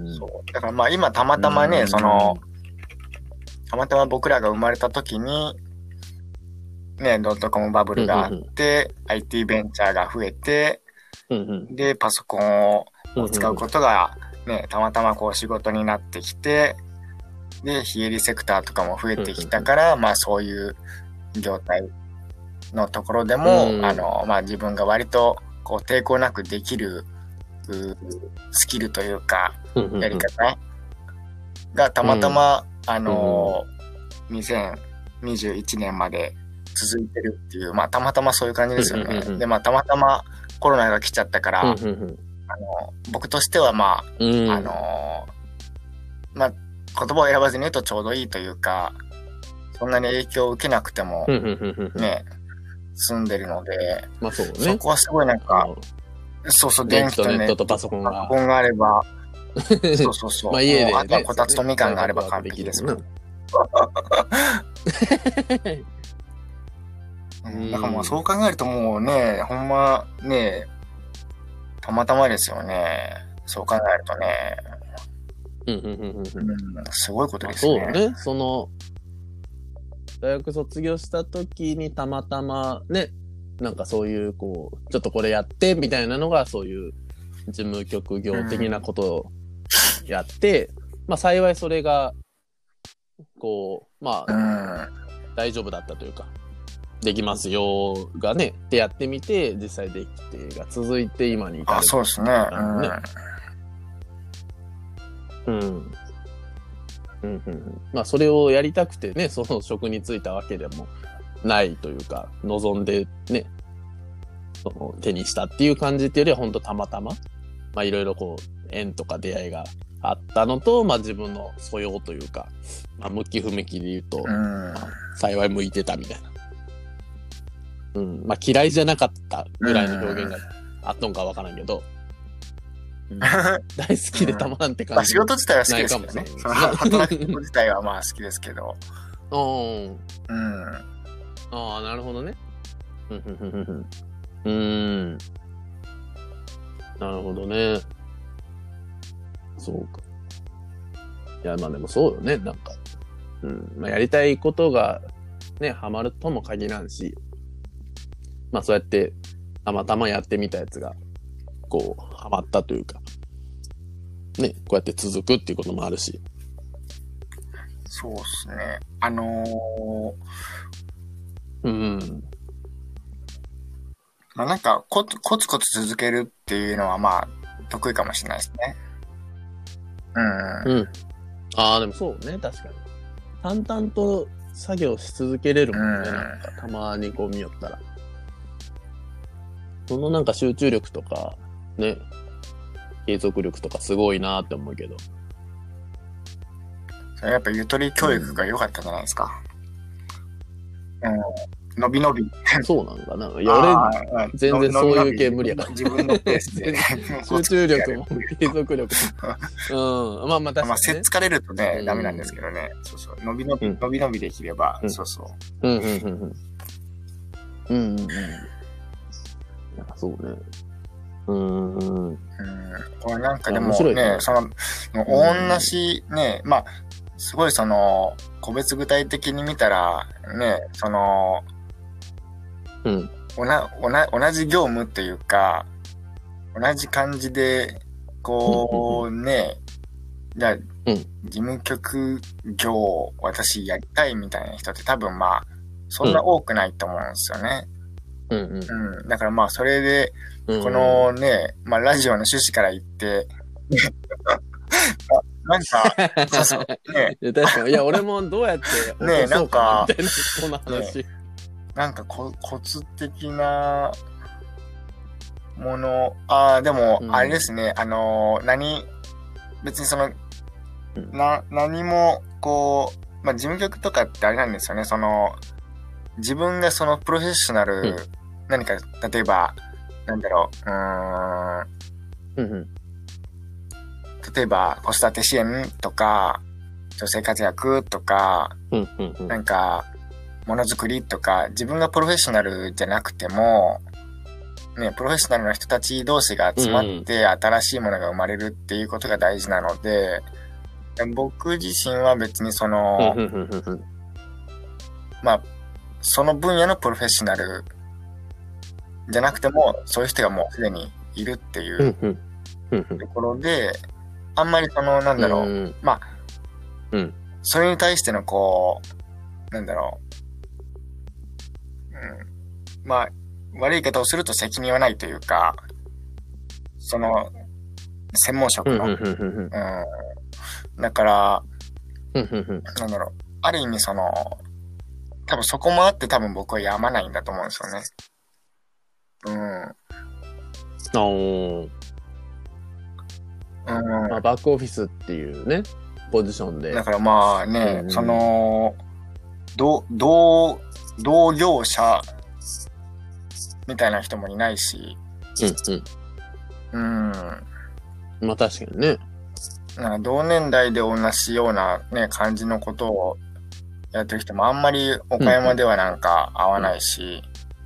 そう。だからまあ今たまたまね、そのたまたま僕らが生まれた時に。ね、ドットコムバブルがあって、うんうんうん、アイティー ベンチャーが増えて、うんうん、で、パソコンを使うことが、ね、たまたまこう仕事になってきて、で、非営利セクターとかも増えてきたから、うんうん、まあそういう業態のところでも、うん、あの、まあ自分が割とこう抵抗なくできるスキルというか、やり方がたまたま、うん、あの、にせんにじゅういちねんまで続いてるっていう、まあたまたまそういう感じですよね。うんうんうん、で、まあたまたまコロナが来ちゃったから、うんうんうん、あの僕としてはまあ、うん、あのまあ言葉を選ばずに言うとちょうどいいというか、そんなに影響を受けなくてもね、住んでるので、まあそうね、そこはすごいなんか、そうそう、電気とネットとパソコンが、パソコンがあれば、そうそうそう、まあ家で、ね、あとはこたつとみかんがあれば完璧ですもん。うん、だからもうそう考えるともうね、ほんまね、たまたまですよね。そう考えるとね。うんうんうんうん。すごいことですね。 そうね。その、大学卒業した時にたまたまね、なんかそういうこう、ちょっとこれやってみたいなのがそういう事務局業的なことをやって、うん、まあ幸いそれが、こう、まあ、うん、大丈夫だったというか、できますよがねってやってみて実際できてが続いて今に至る。 あ、そうですね。うん。 うん。 うんうんうん、まあそれをやりたくてね、その職に就いたわけでもないというか、望んでね、その手にしたっていう感じっていうよりは本当たまたま、まあいろいろこう縁とか出会いがあったのと、まあ自分の素養というか、まあ向き不向きで言うと、まあ、幸い向いてたみたいな。うん、まあ嫌いじゃなかったぐらいの表現があっとんかわからんけど、うん、大好きでたまらんって感じ、 うん。まあ仕事自体は好きですけどね。その働くこと自体はまあ好きですけど。 うん。 うん。 ああ、なるほどね。うん。うん。なるほどね。そうか。いや、まあでもそうよね。なんか、うん。まあやりたいことがね、ハマるとも限らんし、まあそうやってたまたまやってみたやつが、こう、ハマったというか、ね、こうやって続くっていうこともあるし。 そうですね。あのー、 うん。 まあなんかコツ、コツコツ続けるっていうのはまあ得意かもしれないですね。うん。 うん。ああ、でもそうね、確かに。淡々と作業し続けれるもんね、うん、なんかたまにこう見よったら。そのなんか集中力とか、ね、継続力とかすごいなって思うけど。 それやっぱゆとり教育が良かったんじゃないですか。うん。伸び伸び。 そうなんかな。いや、俺、全然そういう系無理やから。 自分のペースで。 集中力も継続力も。うん。まあまあ確かに、ね。 まあ、せっつかれるとね、ダメなんですけどね。そうそう。伸び伸び、伸び伸びできれば、そうそう。 うんうんうんうん。うんうんうん。そうね。うん。うん。 これなんかでもね、その、同じね、まあ、すごいその、個別具体的に見たら、ね、その、 うん、 おなおな同じ業務っていうか同じ感じでこうね、じゃあ、 うん、 事務局業を私やりたいみたいな人って多分まあそんな多くないと思うんですよね。 うんうんうん、だからまあそれでこのね、まあラジオの趣旨から言ってなんかそうそうね、 いや確かにいや俺もどうやって落とそうかなみたいなそんな話。 ね、なんかコツ的なもの、ああ、でも、あれですね、うん、あの、何、別にその、うん、な、何も、こう、まあ、事務局とかってあれなんですよね、その、自分がそのプロフェッショナル、うん、何か、例えば、なんだろう、うーん、 うんうん、 例えば、子育て支援とか、女性活躍とか、 うんうんうん、 なんか、ものづくりとか、自分がプロフェッショナルじゃなくても、ね、プロフェッショナルの人たち同士が集まって新しいものが生まれるっていうことが大事なので、うん、僕自身は別にその、まあ、その分野のプロフェッショナルじゃなくても、そういう人がもうすでにいるっていうところで、あんまりその、なんだろう、うん、まあ、 うん、 それに対してのこう、なんだろう、うん、まあ、悪い言い方をすると責任はないというか、その、専門職の。うん、だから、なんだろう、ある意味その、多分そこもあって多分僕はやまないんだと思うんですよね。うん。 あー。 うん、 まあ、バックオフィスっていうね、ポジションで。 だからまあね、うん、その、同、同、同業者、みたいな人もいないし。 うんうん。 うん。 まあ確かにね。 なんか同年代で同じようなね、感じのことをやってる人もあんまり岡山ではなんか合わないし。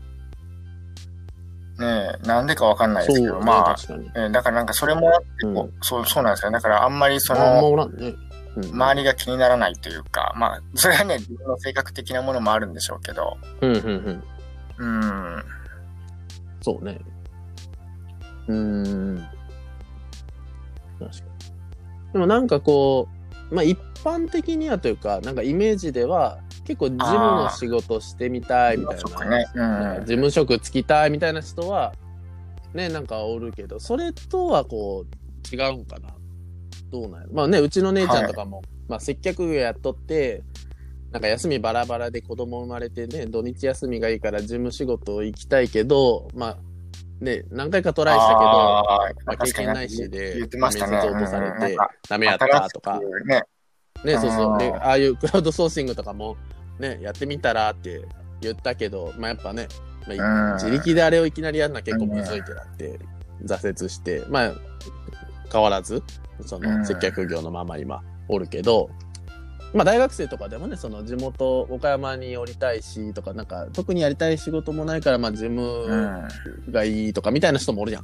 うん、ねえ、なんでかわかんないですけど、 ね、 まあ、 えだからなんかそれもあって、うん、そう、そうなんですよ。だからあんまりその、 あんまおらんね。 うん、周りが気にならないというか、まあ、それはね、自分の性格的なものもあるんでしょうけど。 うんうんうん。うん。 そうね。うーん。確かに。でもなんかこう、まあ一般的にはというか、なんかイメージでは、結構事務の仕事してみたいみたいな、 ね、うん、 なんか事務職つきたいみたいな人は、ね、なんかおるけど、それとはこう、違うんかな。どうなんやろ。まあね、うちの姉ちゃんとかも、はい、 まあ、接客業やっとって、なんか休みバラバラで子供生まれてね、土日休みがいいから事務仕事行きたいけど、まあ、ね、何回かトライしたけど、まあ、経験ないしで、 言ってましたね、 面接落とされて、ダメやったとか、ね、ね、そうそう。で、ああいうクラウドソーシングとかも、ね、やってみたらって言ったけど、まあやっぱね、まあ、自力であれをいきなりやるのは結構むずいってなって、挫折して、まあ、変わらず、その接客業のまま今おるけど、まあ大学生とかでもね、その地元岡山に降りたいしとか、なんか特にやりたい仕事もないから、まあ事務がいいとかみたいな人もおるやん。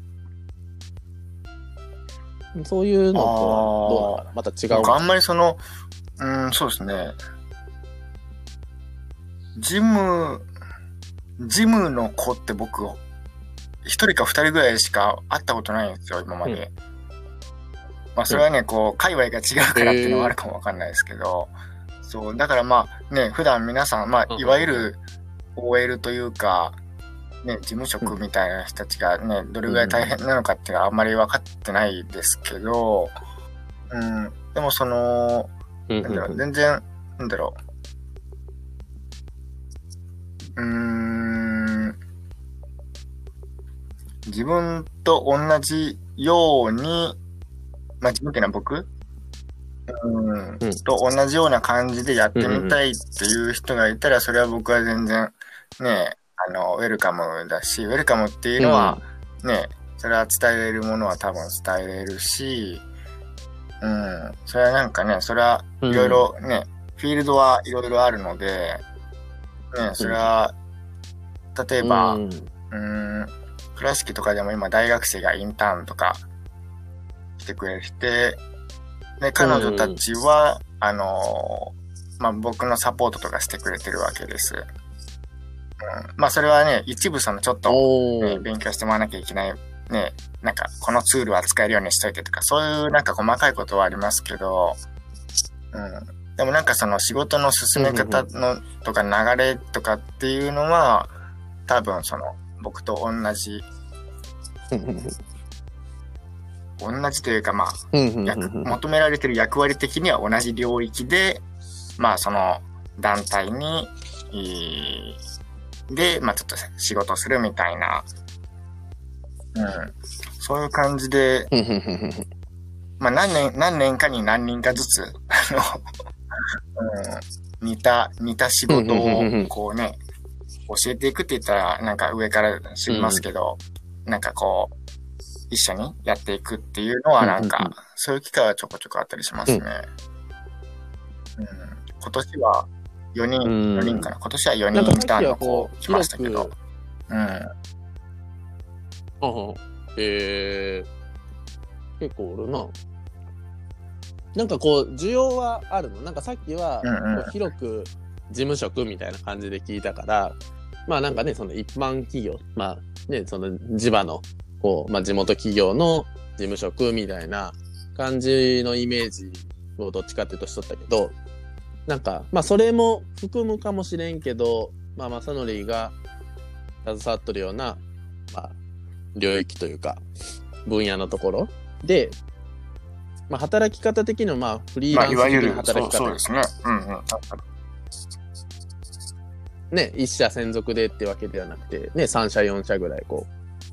そういうのとはどうなのかな、また違う。 僕あんまりその、うん、そうですね。ジム、ジムの子って僕、一人か二人ぐらいしか会ったことないんですよ、今まで。うん、まあそれはね、こう、界隈が違うからっていうのはあるかもわかんないですけど、そう、だからまあね、普段皆さん、まあいわゆる オーエル というか、ね、事務職みたいな人たちがね、どれぐらい大変なのかっていうのはあんまり分かってないですけど、うん、でもその、なんだろう、全然、なんだろう、うーん、自分と同じように、まあ自分っていうのは僕、うん、うん、と同じような感じでやってみたいっていう人がいたら、それは僕は全然ね、あのウェルカムだし、ウェルカムっていうのはね、うん、それは伝えれるものは多分伝えれるし、うん、それはなんかね、それはいろいろね、うん、フィールドはいろいろあるので、ね、それは、うん、例えば、うん、うん倉敷とかでも今大学生がインターンとかしてくれて、で彼女たちは、うん、あのまあ僕のサポートとかしてくれてるわけです。うん、まあそれはね、一部そのちょっと、ね、勉強してもらわなきゃいけないね、なんかこのツールは使えるようにしといてとか、そういうなんか細かいことはありますけど、うん、でもなんかその仕事の進め方のとか流れとかっていうのは多分その僕と同じ同じというかまあ求められてる役割的には同じ領域で、まあその団体にでまあちょっと仕事するみたいな、うん、そういう感じでまあ何年何年かに何人かずつあの、うん、似た似た仕事をこうね教えていくって言ったらなんか上から知りますけど、うん、なんかこう一緒にやっていくっていうのはなんか、うんうんうん、そういう機会はちょこちょこあったりしますね。うんうん、今年はよにん、うん、よにんかな。今年はよにんインターンの子来ましたけど。うん。ははえー、結構おるな。なんかこう需要はあるの。なんかさっきはこう広く事務職みたいな感じで聞いたから、まあなんかねその一般企業、まあねその地場のこうまあ地元企業の事務職みたいな感じのイメージをどっちかっていうとしとったけど、なんかまあそれも含むかもしれんけど、まあ正則が携わっとるようなまあ領域というか分野のところで。まあ、働き方的にはまあフリーランス的な働き方、 まあ、そうですね。うんうん。 ね、一社専属でってわけではなくて、ね、三社四社ぐらいこ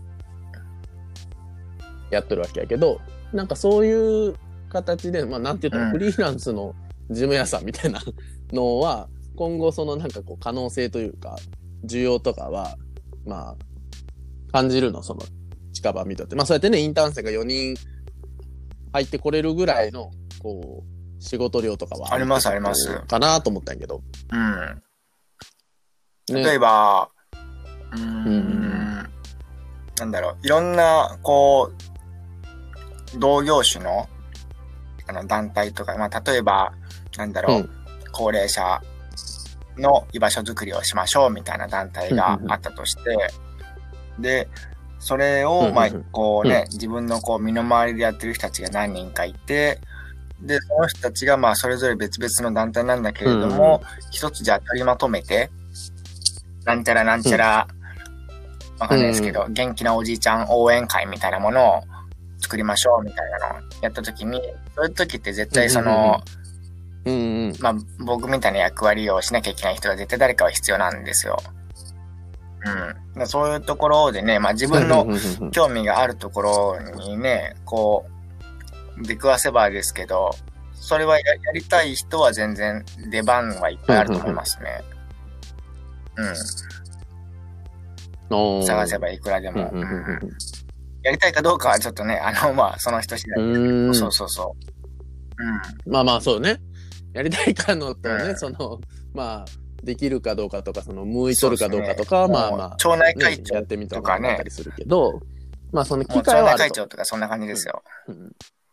うやっとるわけやけど、なんかそういう形で、まあなんていうの、うん、フリーランスの事務屋さんみたいなのは今後そのなんかこう可能性というか需要とかはまあ感じるの、その近場見とって、まあそうやってねインターン生がよにん入ってこれるぐらいのこう仕事量とかはありますありますかなと思ったんやけど、 うん、例えば、ね、うーん、うん、なんだろう、いろんなこう同業種のあの団体とか、まあ例えばなんだろう、うん、高齢者の居場所づくりをしましょうみたいな団体があったとして、うん、でそれを、まあ、こうね、自分のこう身の回りでやってる人たちが何人かいて、で、その人たちがまあそれぞれ別々の団体なんだけれども、一つじゃ取りまとめて、なんちゃらなんちゃら、わかんないですけど、元気なおじいちゃん応援会みたいなものを作りましょうみたいなのをやったときに、そういう時って絶対その、 うんうん、 まあ僕みたいな役割をしなきゃいけない人が絶対誰かは必要なんですよ。うん、そういうところでね、まあ自分の興味があるところにね、こう出くわせばですけど、それは や, やりたい人は全然出番はいっぱいあると思いますね。うん。探せばいくらでも、うん。やりたいかどうかはちょっとね、あのまあその人次第ですけど、そうそうそう。 うん。まあまあそうね。やりたいかのとね、うん、そのまあ。できるかどうかとか、その向いとるかどうかとかは、ね、まあまあ、 町内会長、ね、 やってみたら分かったりするけど、まあその機会はあると。 町内会長とかそんな感じですよ。うん。うん、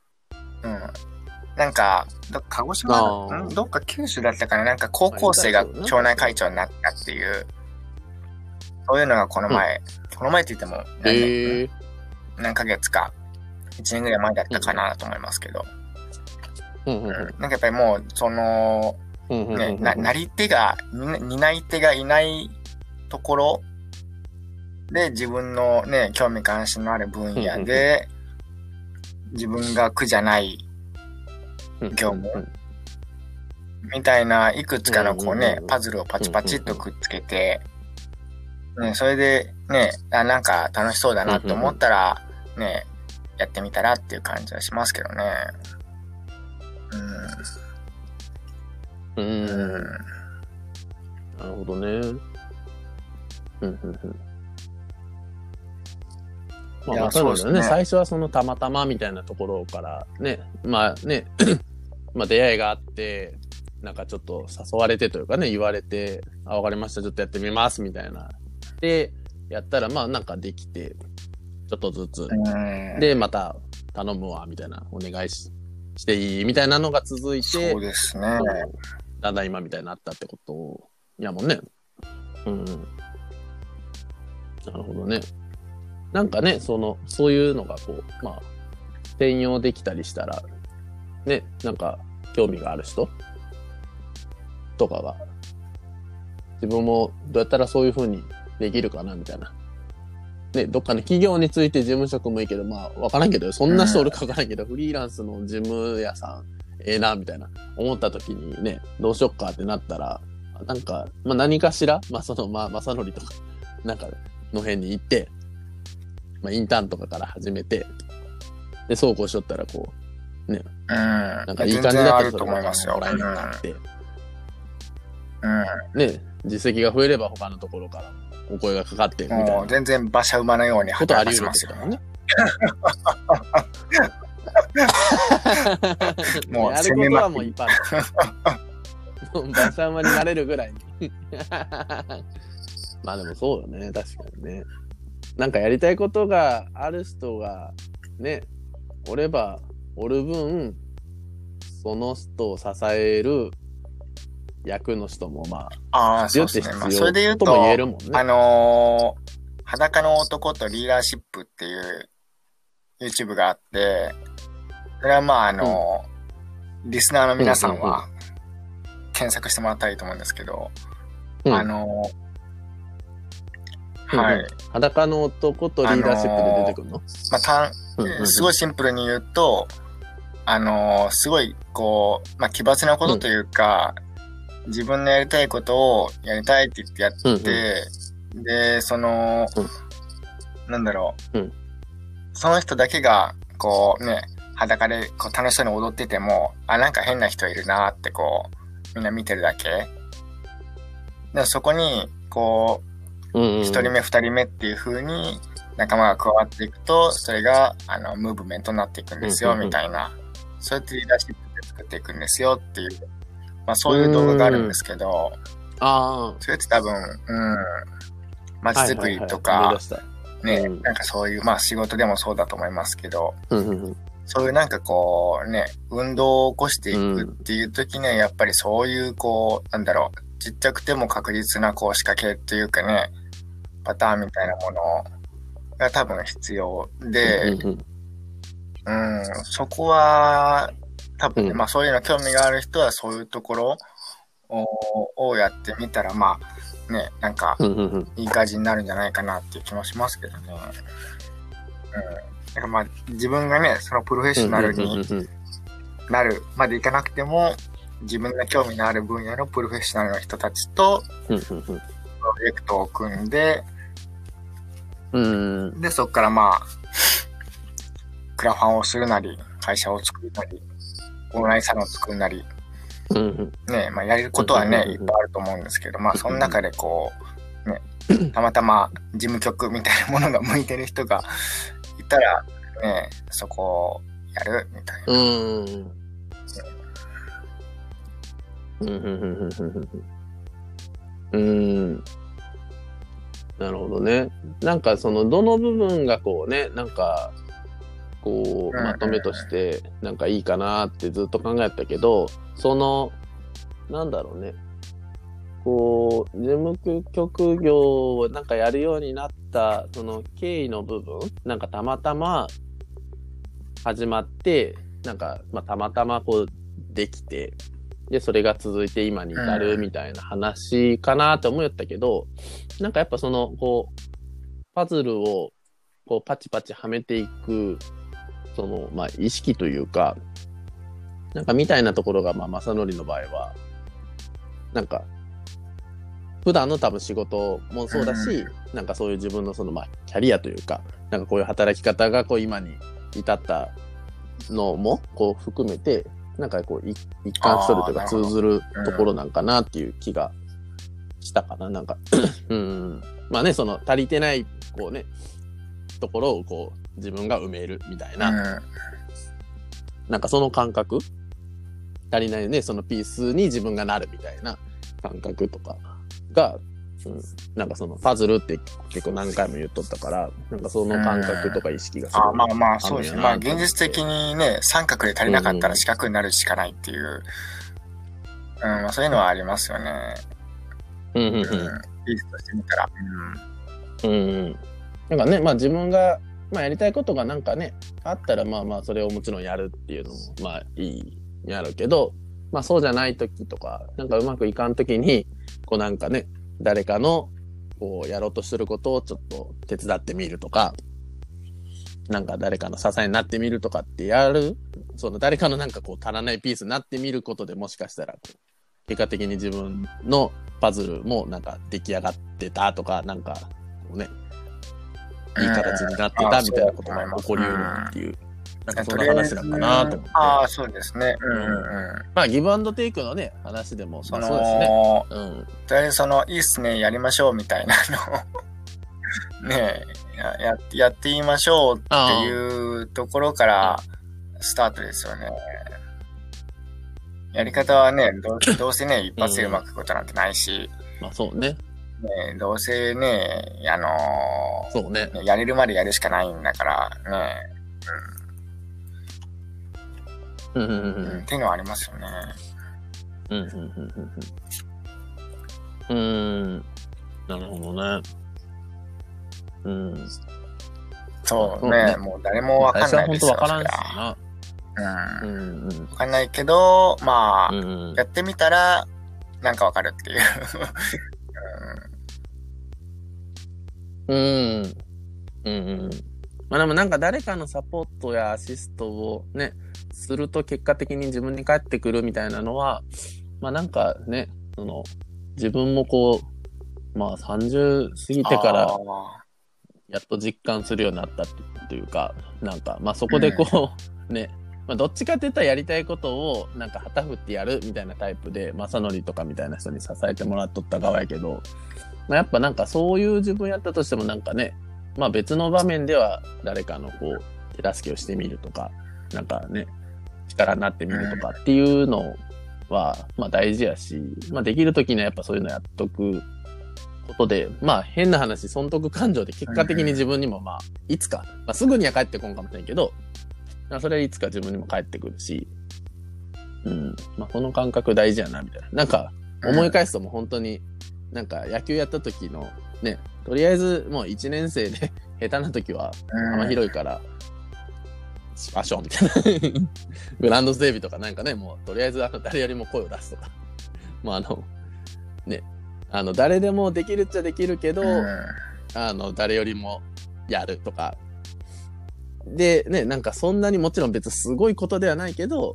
なんか、鹿児島の、どっか九州だったかな、なんか高校生が町内会長になったっていう、そういうのがこの前、うん、この前って言っても何年、えー、何ヶ月か、いちねんぐらい前だったかなと思いますけど。うんうんうん、なんかやっぱりもう、その、ね、な, なり手が、担い手がいないところで自分のね、興味関心のある分野で自分が苦じゃない業務みたいないくつかのこうね、パズルをパチパチっとくっつけて、ね、それでね、あ、なんか楽しそうだなって思ったらね、やってみたらっていう感じはしますけどね。 うん。うん、なるほどね。うんうんうん。まあ、まあ、そうですね。ね、最初はそのたまたまみたいなところからね、まあね、まあ出会いがあって、なんかちょっと誘われてというかね、言われて、あ、わかりました、ちょっとやってみますみたいな。で、やったらまあなんかできて、ちょっとずつ。で、また頼むわ、みたいな、お願いし、していいみたいなのが続いて、 そうですね。 だんだん今みたいになったってことやもんね。うん。なるほどね。なんかね、その、そういうのがこう、まあ、転用できたりしたら、ね、なんか、興味がある人とかが、自分もどうやったらそういう風にできるかな、みたいな。ね、どっかの企業について事務職もいいけど、まあ、わからんけど、そんな人おるかわからんけど、うん、フリーランスの事務屋さん、ええな、みたいな、思った時にね、どうしよっかってなったら、なんか、まあ何かしら、まあその、まあ、まさのりとか、なんか、の辺に行って、まあインターンとかから始めて、で、そうこうしとったら、こう、ね、 うん、 なんかいい感じだったらそれがもらえるようになって、 うん、 ね、実績が増えれば他のところからお声がかかってみたいな。もう全然馬車馬のように働かせますよね。 もうやることはもういっぱいある。馬車馬になれるぐらいに。まあでもそうよね、確かにね。なんかやりたいことがある人がね、おればおる分、その人を支える役の人もまあ、必要って必要とも言えるもんね。あのー、裸の男とリーダーシップっていう YouTube があって、それはまああのーうん、リスナーの皆さんは検索してもらったらいいと思うんですけど、うん、あのー、はい、うんうん。 裸の男とリーダーシップで出てくるの？あのー、まあたん、うんうん、すごいシンプルに言うと、あのー、すごいこう、まあ奇抜なことというか、うん、自分のやりたいことをやりたいって言ってやって、うんうん、で、その、うん、なんだろう、うん、その人だけが、こうね、裸でこう楽しそうに踊ってても、あ、なんか変な人いるなってこう、みんな見てるだけ。で、そこに、こう、うんうんうん、一人目、二人目っていう風に仲間が加わっていくと、それが、あの、ムーブメントになっていくんですよ、うんうんうん、みたいな。そうやってリーダーシップで作っていくんですよっていう。まあそういう動画があるんですけど、 ああ、 それって多分、うん、街づくりとか、はいはいはい、ね、うん、なんかそういう、まあ仕事でもそうだと思いますけど、 うんうんうん、 そういうなんかこうね、運動を起こしていくっていう時にはやっぱりそういうこう、なんだろう、ちっちゃくても確実なこう仕掛けっていうかね、パターンみたいなものが多分必要で、うん、うんうん、そこは、多分ね、うん、まあそういうの興味がある人はそういうところを、をやってみたら、まあね、なんかいい感じになるんじゃないかなっていう気もしますけどね。うん。だからまあ自分がね、そのプロフェッショナルになるまでいかなくても、 自分が興味のある分野のプロフェッショナルの人たちとプロジェクトを組んで、うん、でそこからまあクラファンをするなり会社を作るなりオンラインサロンを作るなり、うんねまあ、やれることはね、いっぱいあると思うんですけど、まあその中でこうねたまたま事務局みたいなものが向いてる人がいたらねそこをやるみたいな。うんうんうんうんうん。なるほどね。なんかそのどの部分がこうね、なんかこうまとめとしてなんかいいかなってずっと考えたけど、そのなんだろうね。こう事務局業をなんかやるようになったその経緯の部分、なんかたまたま始まってなんかまあたまたまこうできて。でそれが続いて今に至るみたいな話かなと思ったけど、うん、なんかやっぱそのこうパズルをこうパチパチはめていくそのまあ意識というかなんかみたいなところがまあ正則の場合はなんか普段の多分仕事もそうだし、うん、なんかそういう自分のそのまあキャリアというかなんかこういう働き方がこう今に至ったのもこう含めてなんかこう一貫しとるというか通ずるところなんかなっていう気がしたかな、うん、なんかうんまあねその足りてないこうねところをこう自分が埋めるみたいな、うん、なんかその感覚足りないねそのピースに自分がなるみたいな感覚とかが、うん、なんかそのパズルって結構何回も言っとったからなんかその感覚とか意識がすごい、 うん、あまあまあそうですね。まあ現実的にね三角で足りなかったら四角になるしかないっていう、うん、うん、そういうのはありますよね。 うんうんうん。 ピースとしてみたら、 うん、うんうん。なんかねまあ自分がまあやりたいことがなんかねあったらまあまあそれをもちろんやるっていうのもまあいいやるけど、まあそうじゃない時とかなんかうまくいかん時にこうなんかね誰かのこうやろうとしてることをちょっと手伝ってみるとかなんか誰かの支えになってみるとかってやるその誰かのなんかこう足らないピースになってみることでもしかしたらこう結果的に自分のパズルもなんか出来上がってたとかなんかこうねいい形になってたみたいなことが起こりうるっていう、なんかそんな話だかなと思って。 ああ、そうですね。うんうんうん。 まあギブアンドテイクのね話でもその、 まあ、そうですね。うん。 とりあえずそのいいっすねやりましょうみたいなのねえややってみましょうっていうところからスタートですよね。やり方はねどうどうせね一発でうまくいくことなんてないし。 うん、まあそうね。 ね、どうせね、あのー、 そうね、 やれるまでやるしかないんだからね、うん、うんうんうんうん、っていうのはありますよね。 うんうんうんうんうん。うーん、なるほどね。うん。 そうね、ねもう誰もわかんないですよ。 最初は本当わからんしな。 うん、うんうん、わかんないけど、まあ、うんうん、やってみたらなんかわかるっていう。 うんうんうんうんまあでもなんか誰かのサポートやアシストをねすると結果的に自分に返ってくるみたいなのはまあなんかねその自分もこうまあさんじゅう過ぎてからやっと実感するようになったっていうかなんかまあそこでこう、うん、ねまあどっちかって言ったらやりたいことをなんか旗振ってやるみたいなタイプで正則とかみたいな人に支えてもらっとった側やけどまあ、やっぱなんかそういう自分やったとしてもなんかねまあ別の場面では誰かのこう手助けをしてみるとかなんかね力になってみるとかっていうのはまあ大事やし、まあできる時にはやっぱそういうのやっとくことでまあ変な話損得感情で結果的に自分にもまあいつか、まあ、すぐには帰ってこんかもしれんけどそれはいつか自分にも帰ってくるしうんまあこの感覚大事やなみたいななんか思い返すともう本当になんか野球やった時のねとりあえずもういちねん生で下手な時は幅広いからしましょうみたいなグラウンド整備とかなんかねもうとりあえずあの誰よりも声を出すとかもうあのねあの誰でもできるっちゃできるけどあの誰よりもやるとかでねなんかそんなにもちろん別にすごいことではないけど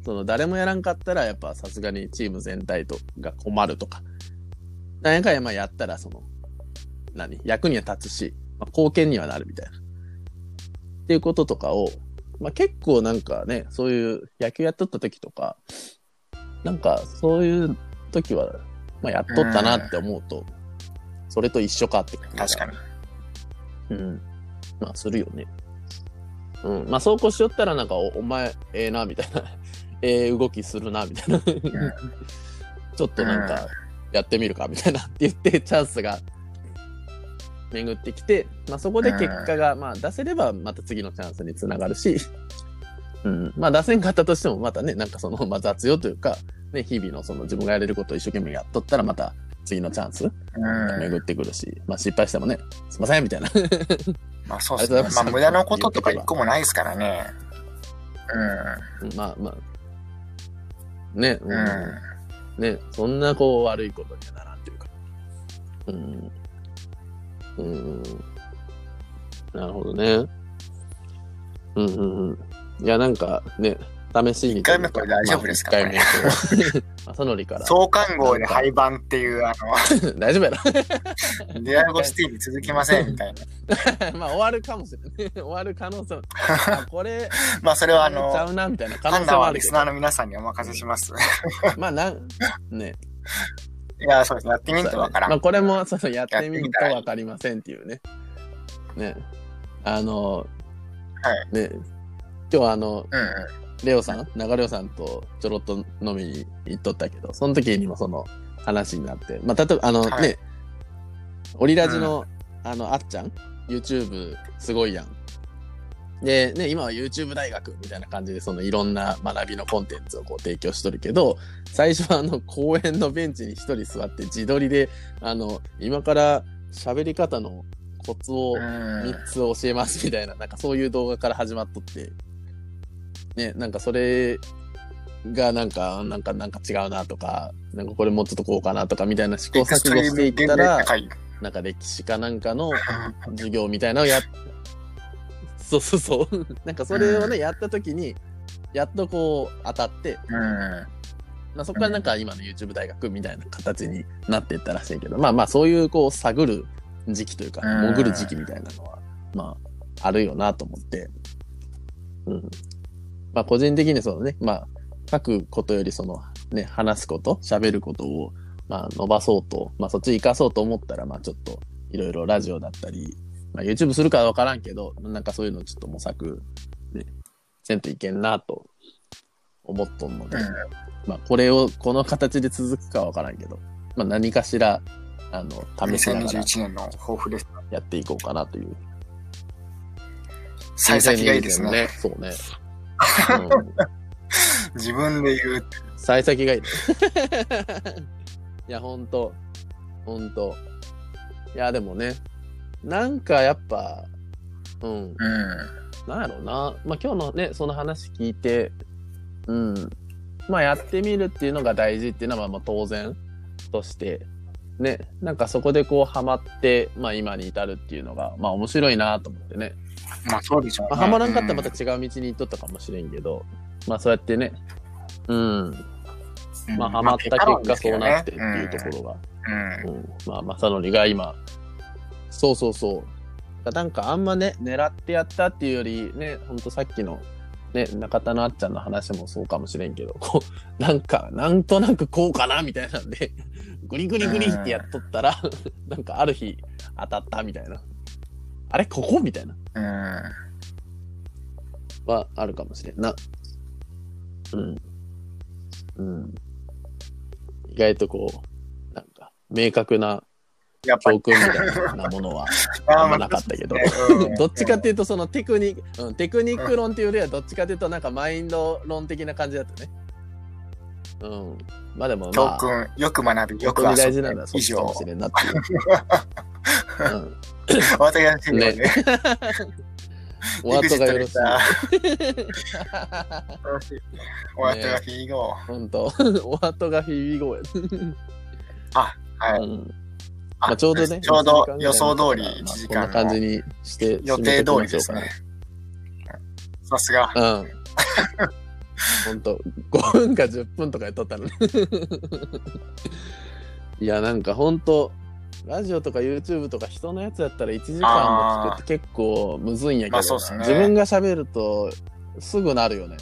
その誰もやらんかったらやっぱさすがにチーム全体とが困るとか、何回まあやったらその何役には立つし、まあ、貢献にはなるみたいなっていうこととかを、まあ、結構なんかね、そういう野球やっとった時とかなんかそういう時は、まあ、やっとったなって思うと、それと一緒かって感じが確かに。 うん。まあするよね。うん。まあそうこうしよったらなんか お, お前ええなみたいなええ動きするなみたいな、うん、ちょっとなんかやってみるかみたいなって言ってチャンスが巡ってきて、まあそこで結果がまあ出せればまた次のチャンスにつながるし、うん。まあ出せんかったとしてもまたね、なんかその、まあ雑用というか、ね、日々のその自分がやれることを一生懸命やっとったらまた次のチャンスが巡ってくるし、まあ失敗してもね、すいませんみたいな。 まあそうですね。まあ無駄なこととか一個もないですからね。 うん。まあまあ。ね、うん。ね、そんなこう悪いことにはならんというか。うん。うん。なるほどね。うんうんうん。いや、なんかね、試しに。 いっかいめこれ大丈夫ですか、 まあ、いっかいめ正則から。 創刊号で廃盤っていう、あの、大丈夫やろ。 デアゴスティーニ続きませんみたいな。まあ終わるかもしれない。終わる可能性も。あ、これ、 まあそれはあの、 ちゃうなみたいな可能性はあるけど。 リスナーの皆さんにお任せします。 まあなん、ね。 いや、そうです。やってみるとわからん。 まあこれも、そのやってみるとわかりませんっていうね。ね。あの、 はい。 ね。今日はあの、 うんうん、 レオさん、長レオさんとちょろっと飲みに行っとったけど、その時にもその話になって、まあ、例えば、あの、はい、ね、オリラジの、うん、あの、あっちゃん、YouTube すごいやん。で、ね、今は YouTube 大学みたいな感じで、そのいろんな学びのコンテンツをこう提供しとるけど、最初はあの、公園のベンチに一人座って自撮りで、あの、今から喋り方のコツをみっつ教えますみたいな、なんかそういう動画から始まっとって、ね、なんかそれがなんか、なんか、なんか違うなとか、なんかこれもうちょっとこうかなとかみたいな試行錯誤していったら、なんか歴史かなんかの授業みたいなのをやっ、そうそうそう。なんかそれをね、やった時に、やっとこう当たって、まあそこからなんか今の YouTube 大学みたいな形になっていったらしいけど、まあまあそういうこう探る時期というか、潜る時期みたいなのは、まあ、あるよなと思って、うん。まあ個人的にそのね、まあ書くことよりそのね、話すこと、喋ることをまあ伸ばそうと、まあそっち活かそうと思ったら、まあちょっといろいろラジオだったり、まあ YouTube するかはわからんけど、なんかそういうのちょっと模索ね、せんといけんなと思っとんので、うん、まあこれをこの形で続くかはわからんけど、まあ何かしら、あの、試しながらにせんにじゅういちねんの抱負です。 やっていこうかなという。 幸先がいいですね。 そうね。 うん、自分で言う。 幸先がいい。いや、ほんと。ほんと。いや、でもね、なんかやっぱ、うん。うん、なんやろうな。まあ今日のね、その話聞いて、うん。まあやってみるっていうのが大事っていうのはまあ当然として、ね、なんかそこでこうハマって、まあ今に至るっていうのが、まあ面白いなと思ってね。 まあそうでしょうね。 まあ、ハマらんかったらまた違う道に行っとったかもしれんけど、うん、まあそうやってね、うん。まあハマった結果そうなってっていうところが、うん。うん、まあ正則が今、そうそうそう。なんかあんまね、狙ってやったっていうよりね、ほんとさっきのね、中田のあっちゃんの話もそうかもしれんけど、こう、なんか、なんとなくこうかなみたいなんで、グリグリグリってやっとったら、なんかある日当たったみたいな。あれここみたいな。 うん。 はあるかもしれんな。うん。うん。意外とこう、なんか、明確な教訓みたいなものはあんまなかったけど、どっちかっていうとそのテクニック、うん、テクニック論っていうよりはどっちかっていうとなんかマインド論的な感じだったね。うん。まあでもまあ。 教訓、よく学び、よく遊ぶ。 本当に大事なのはそっちかもしれんなっていう。うん。 私がね。 お後がよろしい。 お後がフィーゴー。 ほんと。お後がフィーゴーや。 あ、はい。 うんまあ、ちょうどね。 ちょうど予想通りいちじかん。 こんな感じにして、 予定通りですね。さすが。 うん。 ほんと、ごふんかじゅっぷんとかで撮ったのね。いや、なんかほんと、ラジオとか YouTube とか人のやつやったらいちじかんも聞くって結構むずいんやけど、まあそうっすね、自分が喋るとすぐなるよね。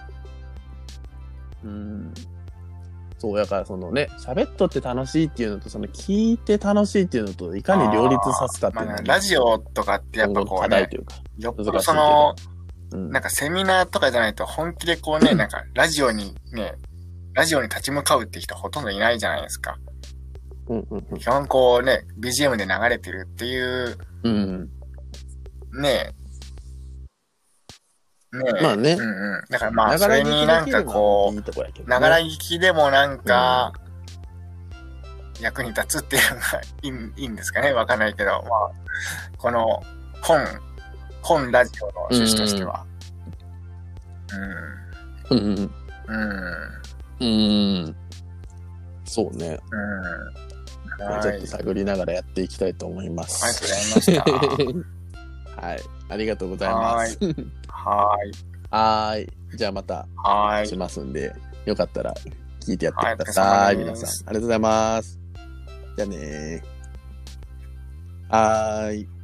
うん。そうやからそのね、喋っとって楽しいっていうのと、その聞いて楽しいっていうのといかに両立さすかっていうのが、 まあ、ラジオとかってやっぱこうね、よっぽどその、うん、なんかセミナーとかじゃないと本気でこうね、なんかラジオにね、ラジオに立ち向かうって人ほとんどいないじゃないですか。うんうんうん、基本こうね、ビージーエム で流れてるっていう、うん、ねえ、ねえ、まあね、うんうん。だからまあ、それになんかこう、ながら聞きでもなんか、役に立つっていうのがいい、いいんですかね、わかんないけど、まあ、この本、本ラジオの趣旨としては。うん。うん。うん。うん。そうね。うん。ちょっと探りながらやっていきたいと思います。ありがとうございました。はい。ありがとうございます。はい。はい。じゃあまたしますんで、よかったら聞いてやってください。皆さん。ありがとうございます。じゃあねー。はーい。